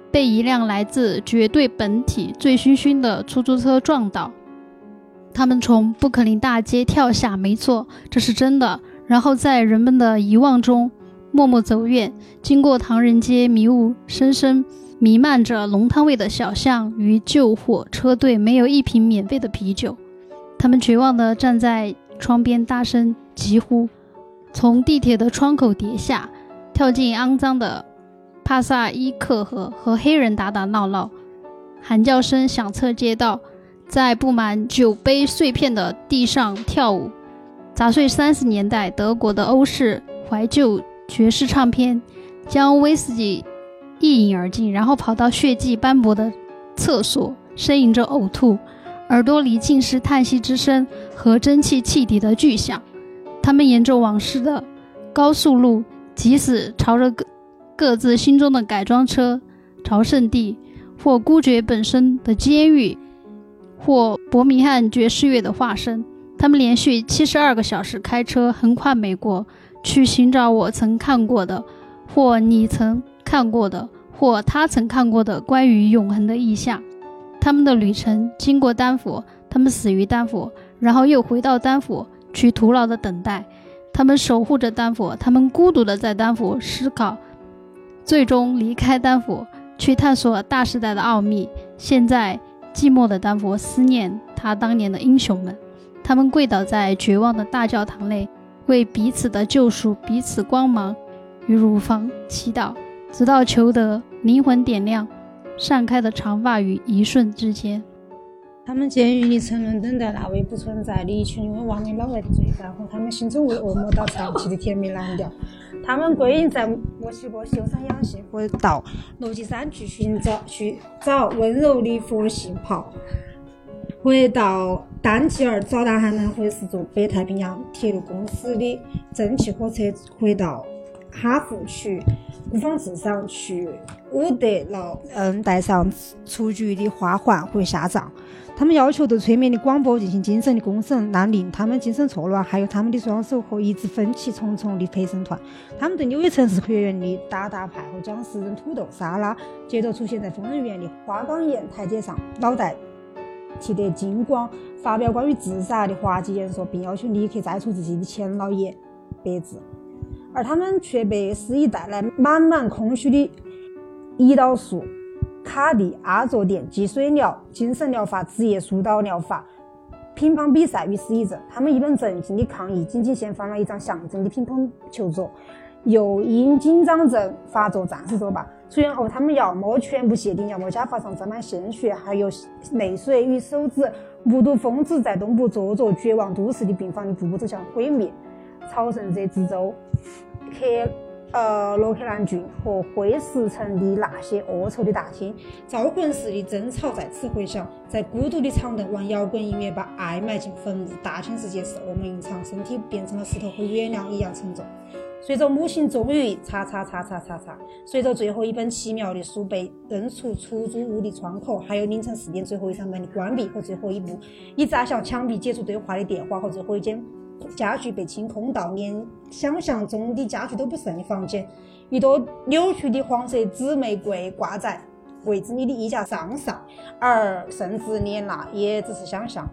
被一辆来自绝对本体醉醺醺的出租车撞倒。他们从布克林大街跳下，没错，这是真的，然后在人们的遗忘中默默走远，经过唐人街迷雾深深弥漫着浓汤味的小巷与救火车队没有一瓶免费的啤酒。他们绝望地站在窗边大声疾呼，从地铁的窗口跌下，跳进肮脏的帕萨伊克河，和黑人打打闹闹，喊叫声响彻街道，在布满酒杯碎片的地上跳舞，砸碎三十年代德国的欧式怀旧爵士唱片，将威士忌一饮而尽，然后跑到血迹斑驳的厕所呻吟着呕吐，耳朵里尽是叹息之声和蒸汽气体的巨响。他们沿着往事的高速路，即使朝着各各自心中的改装车朝圣地，或孤绝本身的监狱，或伯明翰爵士乐的化身。他们连续七十二个小时开车横跨美国，去寻找我曾看过的，或你曾看过的，或他曾看过的关于永恒的意象。他们的旅程经过丹佛，他们死于丹佛，然后又回到丹佛去徒劳的等待。他们守护着丹佛，他们孤独地在丹佛思考，最终离开丹佛，去探索大时代的奥秘。现在寂寞的丹佛思念他当年的英雄们，他们跪倒在绝望的大教堂内，为彼此的救赎、彼此光芒与乳房祈祷，直到求得灵魂点亮散开的长发与一瞬之间。 他们监狱里承认等待那位不存在的一群因为亡命老外的罪犯和他们心中为恶魔到长期的甜蜜蓝调。他们归隐在墨西哥修山养性，或到落基山去寻找去找温柔的佛系跑，回到丹吉尔找到还能回是坐北太平洋铁路公司的蒸汽火车，回到哈佛去孤芳自赏，去伍德劳嗯带上雏菊的花环回下葬。他们要求对催眠的广播进行精神的公审，让令他们精神错乱，还有他们的双手和一直分歧重重的陪审团。他们对纽约城市科学院的达达派和讲食人土豆沙拉，接着出现在疯人院的花岗岩台阶上，脑袋剃得金光，发表关于自杀的滑稽演说，并要求立刻摘除自己的前老爷别字。而他们却被施以带来满满空虚的胰岛素、卡地阿唑碘、积水疗、精神疗法、职业疏导疗法、乒乓比赛与失忆症。他们一本正经的抗议，仅仅献放了一张象征的乒乓球桌，又因紧张症发作暂时作罢。出院后，他们要么全部卸顶，要么假发上沾满鲜血，还有泪水与手指，目睹疯子在东部做作绝望都市的病房里逐步走向毁灭。朝圣者之州、克呃罗克兰郡和灰石城的那些恶臭的大厅，招魂式的争吵在此回响。在孤独的长凳玩摇滚音乐，把爱埋进坟墓。大千世界是噩梦一场，身体变成了石头和月亮一样沉重。随着母亲终于叉叉叉叉叉叉，随着最后一本奇妙的书被扔出出租屋的窗口，还有凌晨四点最后一扇门的关闭，和最后一部以砸向墙壁解除对话的电话，和最后一间家具被清空到连想象中的家具都不剩的房间，一朵扭曲的黄色紫玫瑰挂在柜子里的衣架上上，而甚至连那也只是想象。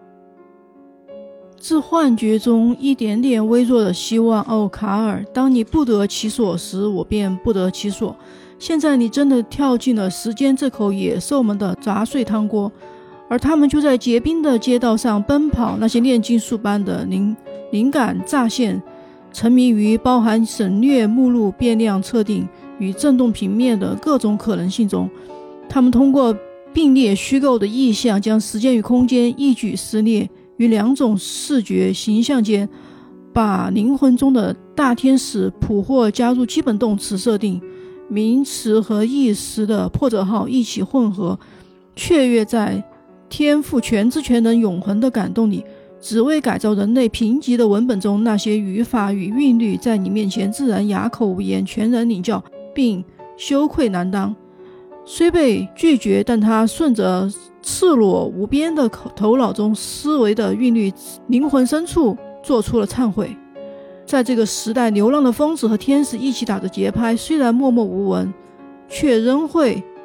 自幻觉中一点点微弱的希望，哦，卡尔，当你不得其所时，我便不得其所。现在你真的跳进了时间这口野兽们的杂碎汤锅，而他们就在结冰的街道上奔跑，那些炼金术般的灵灵感乍现，沉迷于包含省略目录变量测定与振动平面的各种可能性中。他们通过并列虚构的意象，将时间与空间一举撕裂，于两种视觉形象间把灵魂中的大天使捕获加入基本动词设定，名词和意识的破折号一起混合，雀跃在天赋全知全能永恒的感动里，只为改造人类贫瘠的文本中那些语法与韵律，在你面前自然哑口无言，全然领教并羞愧难当。虽被拒绝，但他顺着赤裸无边的头脑中思维的韵律，灵魂深处做出了忏悔。在这个时代，流浪的疯子和天使一起打着节拍，虽然默默无闻，却仍会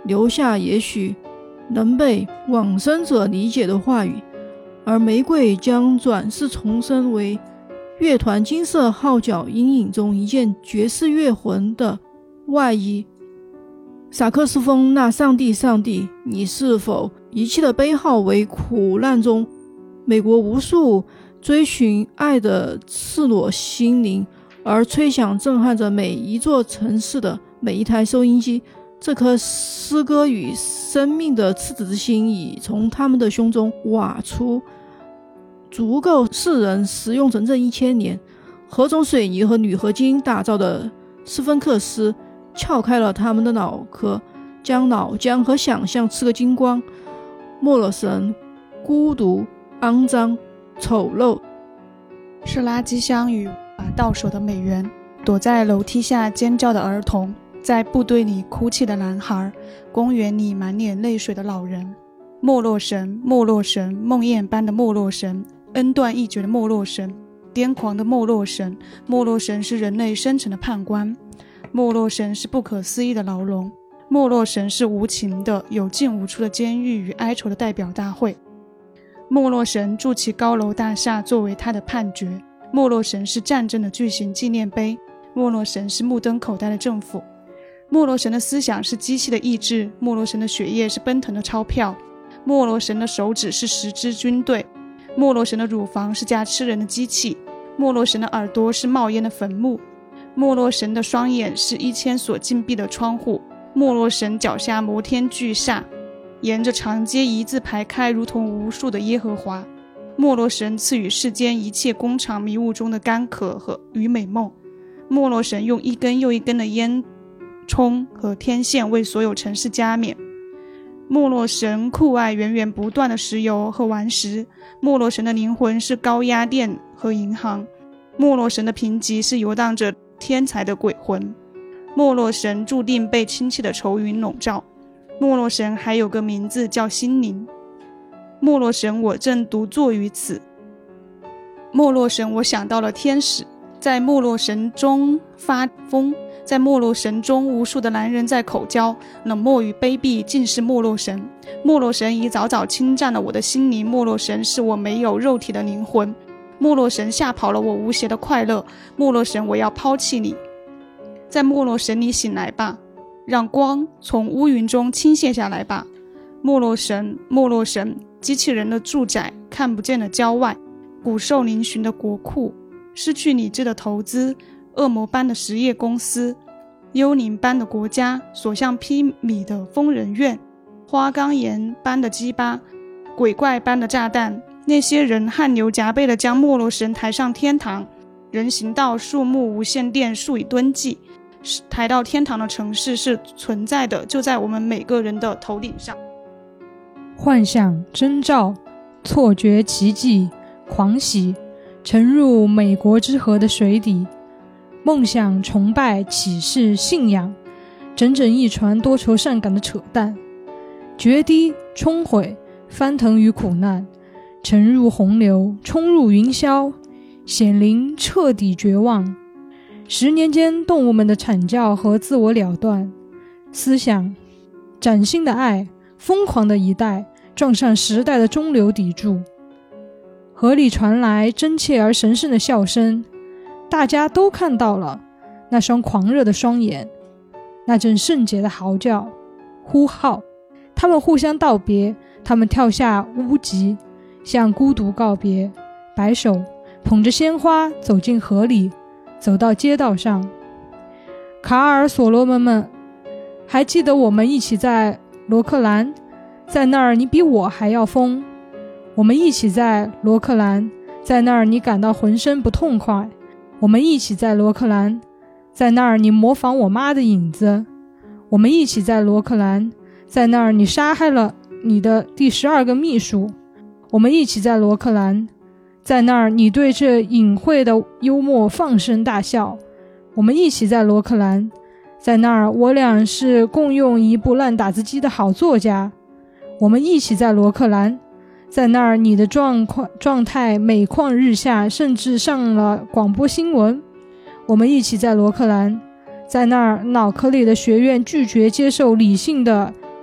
留下也许能被往生者理解的话语，而玫瑰将转世重生为乐团金色号角阴影中一件爵士乐魂的外衣。萨克斯风那上帝上帝，你是否遗弃的悲号为苦难中美国无数追寻爱的赤裸心灵而吹响震撼着每一座城市的每一台收音机。这颗诗歌与生命的赤子之心已从他们的胸中挖出，足够世人使用整整一千年。何种水泥和铝合金打造的斯芬克斯撬开了他们的脑壳，将脑浆和想象吃个精光。莫洛神孤独、肮脏、丑陋， 是垃圾箱与把到手的美元，躲在楼梯下尖叫的儿童，在部队里哭泣的男孩，公园里满脸泪水的老人。没落神，没落神，梦魇般的没落神，恩断义绝的没落神，癫狂的没落神。没落神是人类生存的判官，没落神是不可思议的牢笼，没落神是无情的有进无出的监狱与哀愁的代表大会。没落神筑起高楼大厦作为他的判决，没落神是战争的巨型纪念碑，没落神是目瞪口呆的政府。没落神的思想是机器的意志，没落神的血液是奔腾的钞票，没落神的手指是十支军队，没落神的乳房是架吃人的机器，没落神的耳朵是冒烟的坟墓，没落神的双眼是一千所禁闭的窗户，没落神脚下摩天巨厦沿着长街一字排开，如同无数的耶和华。没落神赐予世间一切工厂迷雾中的干渴和与美梦，没落神用一根又一根的烟囱和天线为所有城市加冕。没落神酷爱源源不断的石油和顽石，没落神的灵魂是高压电和银行，没落神的贫瘠是游荡着天才的鬼魂，没落神注定被亲戚的愁云笼罩，没落神还有个名字叫心灵。没落神，我正独坐于此。没落神，我想到了天使，在没落神中发疯，在没落神中无数的男人在口交，冷漠与卑鄙尽是没落神。没落神已早早侵占了我的心灵，没落神是我没有肉体的灵魂，没落神吓跑了我无邪的快乐，没落神，我要抛弃你。在没落神里醒来吧，让光从乌云中倾泻下来吧。没落神，没落神，机器人的住宅，看不见的郊外，骨瘦嶙峋的国库，失去理智的投资，恶魔般的实业公司，幽灵般的国家，所向披靡的疯人院，花岗岩般的鸡巴，鬼怪般的炸弹。那些人汗流浃背地将没落神抬上天堂，人行道、树木、无线电数以吨计，抬到天堂的城市是存在的，就在我们每个人的头顶上。 幻想、征兆、错觉、奇迹、狂喜，沉入美国之河的水底。梦想、崇拜、启示、信仰，整整一船多愁善感的扯淡。决堤、冲毁、翻腾于苦难，沉入洪流，冲入云霄，显灵彻底绝望。十年间动物们的惨叫和自我了断，思想、崭新的爱，疯狂的一代撞上时代的中流砥柱。河里传来真切而神圣的笑声，大家都看到了那双狂热的双眼，那阵圣洁的嚎叫、呼号。他们互相道别，他们跳下屋脊，向孤独告别，摆手捧着鲜花走进河里，走到街道上。卡尔所罗门们，还记得我们一起在罗克兰，在那儿你比我还要疯。我们一起在罗克兰，在那儿你感到浑身不痛快。我们一起在罗克兰，在那儿你模仿我妈的影子。我们一起在罗克兰，在那儿你杀害了你的第十二个秘书。我们一起在罗克兰，在那儿你对这隐晦的幽默放声大笑。我们一起在罗克兰，在那儿我俩是共用一部烂打字机的好作家。我们一起在罗克兰，在那儿你的状况状态每况日下，甚至上了广播新闻。我们一起在罗克兰，在那儿脑壳里的学院拒绝接受理性的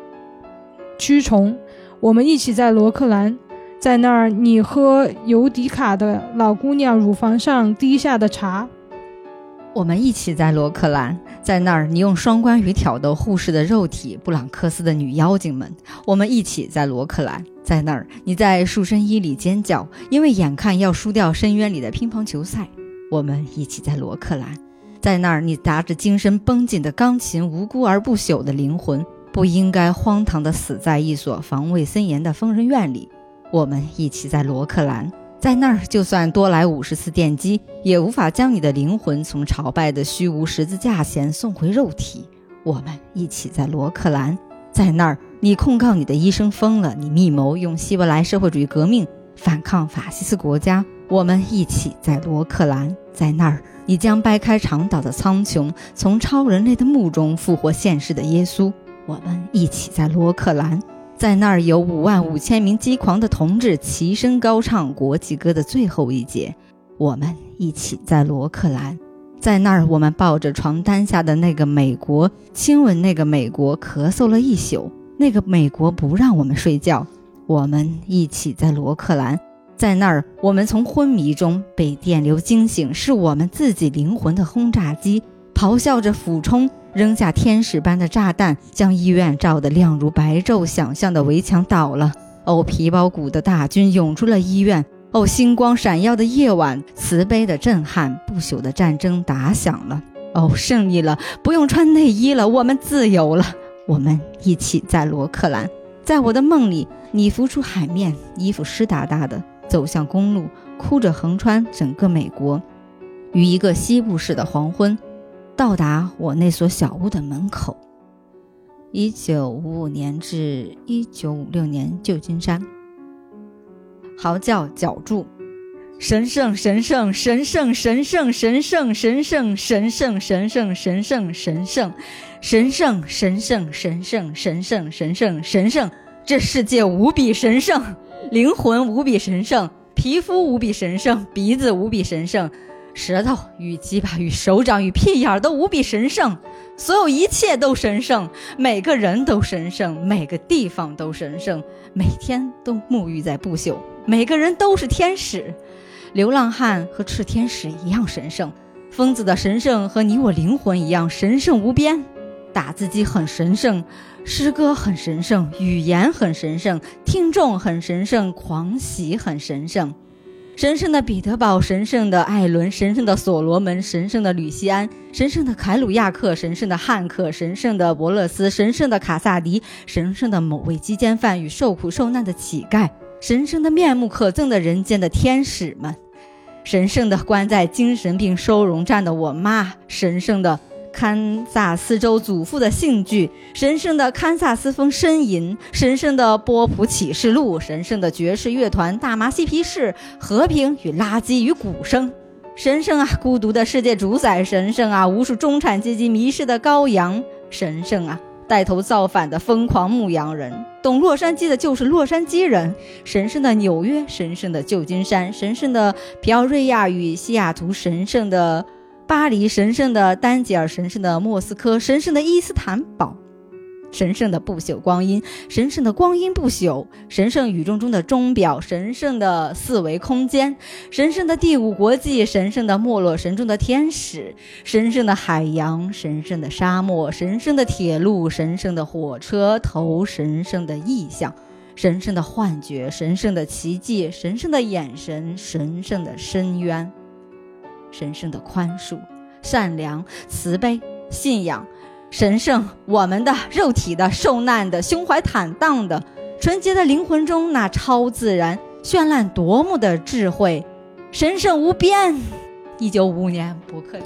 蛆虫，我们一起在罗克兰，在那儿你喝尤迪卡的老姑娘乳房上滴下的茶。 我们一起在罗克兰，在那儿你用双关语挑逗护士的肉体，布朗克斯的女妖精们。我们一起在罗克兰，在那儿你在束身衣里尖叫，因为眼看要输掉深渊里的乒乓球赛。我们一起在罗克兰，在那儿你拿着精神绷紧的钢琴，无辜而不朽的灵魂，不应该荒唐地死在一所防卫森严的疯人院里。我们一起在罗克兰，在那儿就算多来五十次电击，也无法将你的灵魂从朝拜的虚无十字架前送回肉体。我们一起在罗克兰，在那儿你控告你的医生疯了，你密谋用希伯来社会主义革命反抗法西斯国家。我们一起在罗克兰，在那儿你将掰开肠道的苍穹，从超人类的墓中复活现世的耶稣。我们一起在罗克兰，在那儿有五万五千名激狂的同志齐声高唱国旗歌的最后一节。我们一起在罗克兰，在那儿我们抱着床单下的那个美国，亲吻那个美国，咳嗽了一宿，那个美国不让我们睡觉。我们一起在罗克兰，在那儿我们从昏迷中被电流惊醒，是我们自己灵魂的轰炸机，咆哮着俯冲，扔下天使般的炸弹，将医院照得亮如白昼，想象的围墙倒了。哦，皮包骨的大军涌出了医院。哦，星光闪耀的夜晚，慈悲的震撼，不朽的战争打响了。哦，胜利了，不用穿内衣了，我们自由了。我们一起在罗克兰，在我的梦里，你浮出海面，衣服湿哒哒的，走向公路，哭着横穿整个美国，于一个西部式的黄昏到达我那所小屋的门口。一九五五年至一九五六年，旧金山。嚎叫脚注，神圣神圣神圣神圣神圣神圣神圣神圣神圣神圣神圣神圣神圣神圣神圣神圣，这世界无比神圣，灵魂无比神圣，皮肤无比神圣，鼻子无比神圣，舌头与鸡巴与手掌与屁眼都无比神圣，所有一切都神圣，每个人都神圣，每个地方都神圣，每天都沐浴在不朽，每个人都是天使。流浪汉和炽天使一样神圣，疯子的神圣和你我灵魂一样神圣无边。打字机很神圣，诗歌很神圣，语言很神圣，听众很神圣，狂喜很神圣。神圣的彼得堡，神圣的艾伦，神圣的所罗门，神圣的吕西安，神圣的凯鲁亚克，神圣的汉克，神圣的伯勒斯，神圣的卡萨迪，神圣的某位鸡奸犯与受苦受难的乞丐，神圣的面目可憎的人间的天使们，神圣的关在精神病收容站的我妈，神圣的堪萨斯州祖父的姓剧，神圣的堪萨斯风呻吟，神圣的波普启示录，神圣的爵士乐团大麻嬉皮士，和平与垃圾与鼓声，神圣啊孤独的世界主宰，神圣啊无数中产阶级迷失的羔羊，神圣啊带头造反的疯狂牧羊人，懂洛杉矶的就是洛杉矶人，神圣的纽约，神圣的旧金山，神圣的皮奥瑞亚与西雅图，神圣的巴黎，神圣的丹吉尔，神圣的莫斯科，神圣的伊斯坦堡，神圣的不朽光阴，神圣的光阴不朽，神圣宇宙中的钟表，神圣的四维空间，神圣的第五国际，神圣的没落神中的天使，神圣的海洋，神圣的沙漠，神圣的铁路，神圣的火车头，神圣的意象，神圣的幻觉，神圣的奇迹，神圣的眼神，神圣的深渊，神圣的宽恕，善良，慈悲，信仰，神圣我们的肉体的受难的胸怀坦荡的纯洁的灵魂中那超自然绚烂夺目的智慧，神圣无边。一九五五年伯克利，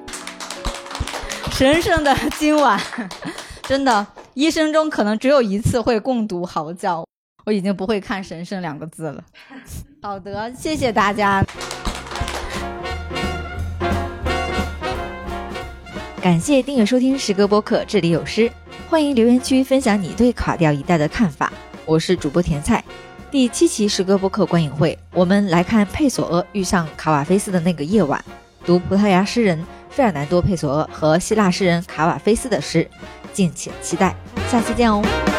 神圣的今晚，真的一生中可能只有一次会共读嚎叫，我已经不会看神圣两个字了。好的，谢谢大家。 感谢订阅收听诗歌播客，这里有诗。欢迎留言区分享你对垮掉一代的看法。我是主播甜菜。第七期诗歌播客观影会，我们来看佩索阿遇上卡瓦菲斯的那个夜晚，读葡萄牙诗人费尔南多·佩索阿和希腊诗人卡瓦菲斯的诗，敬请期待。下期见哦。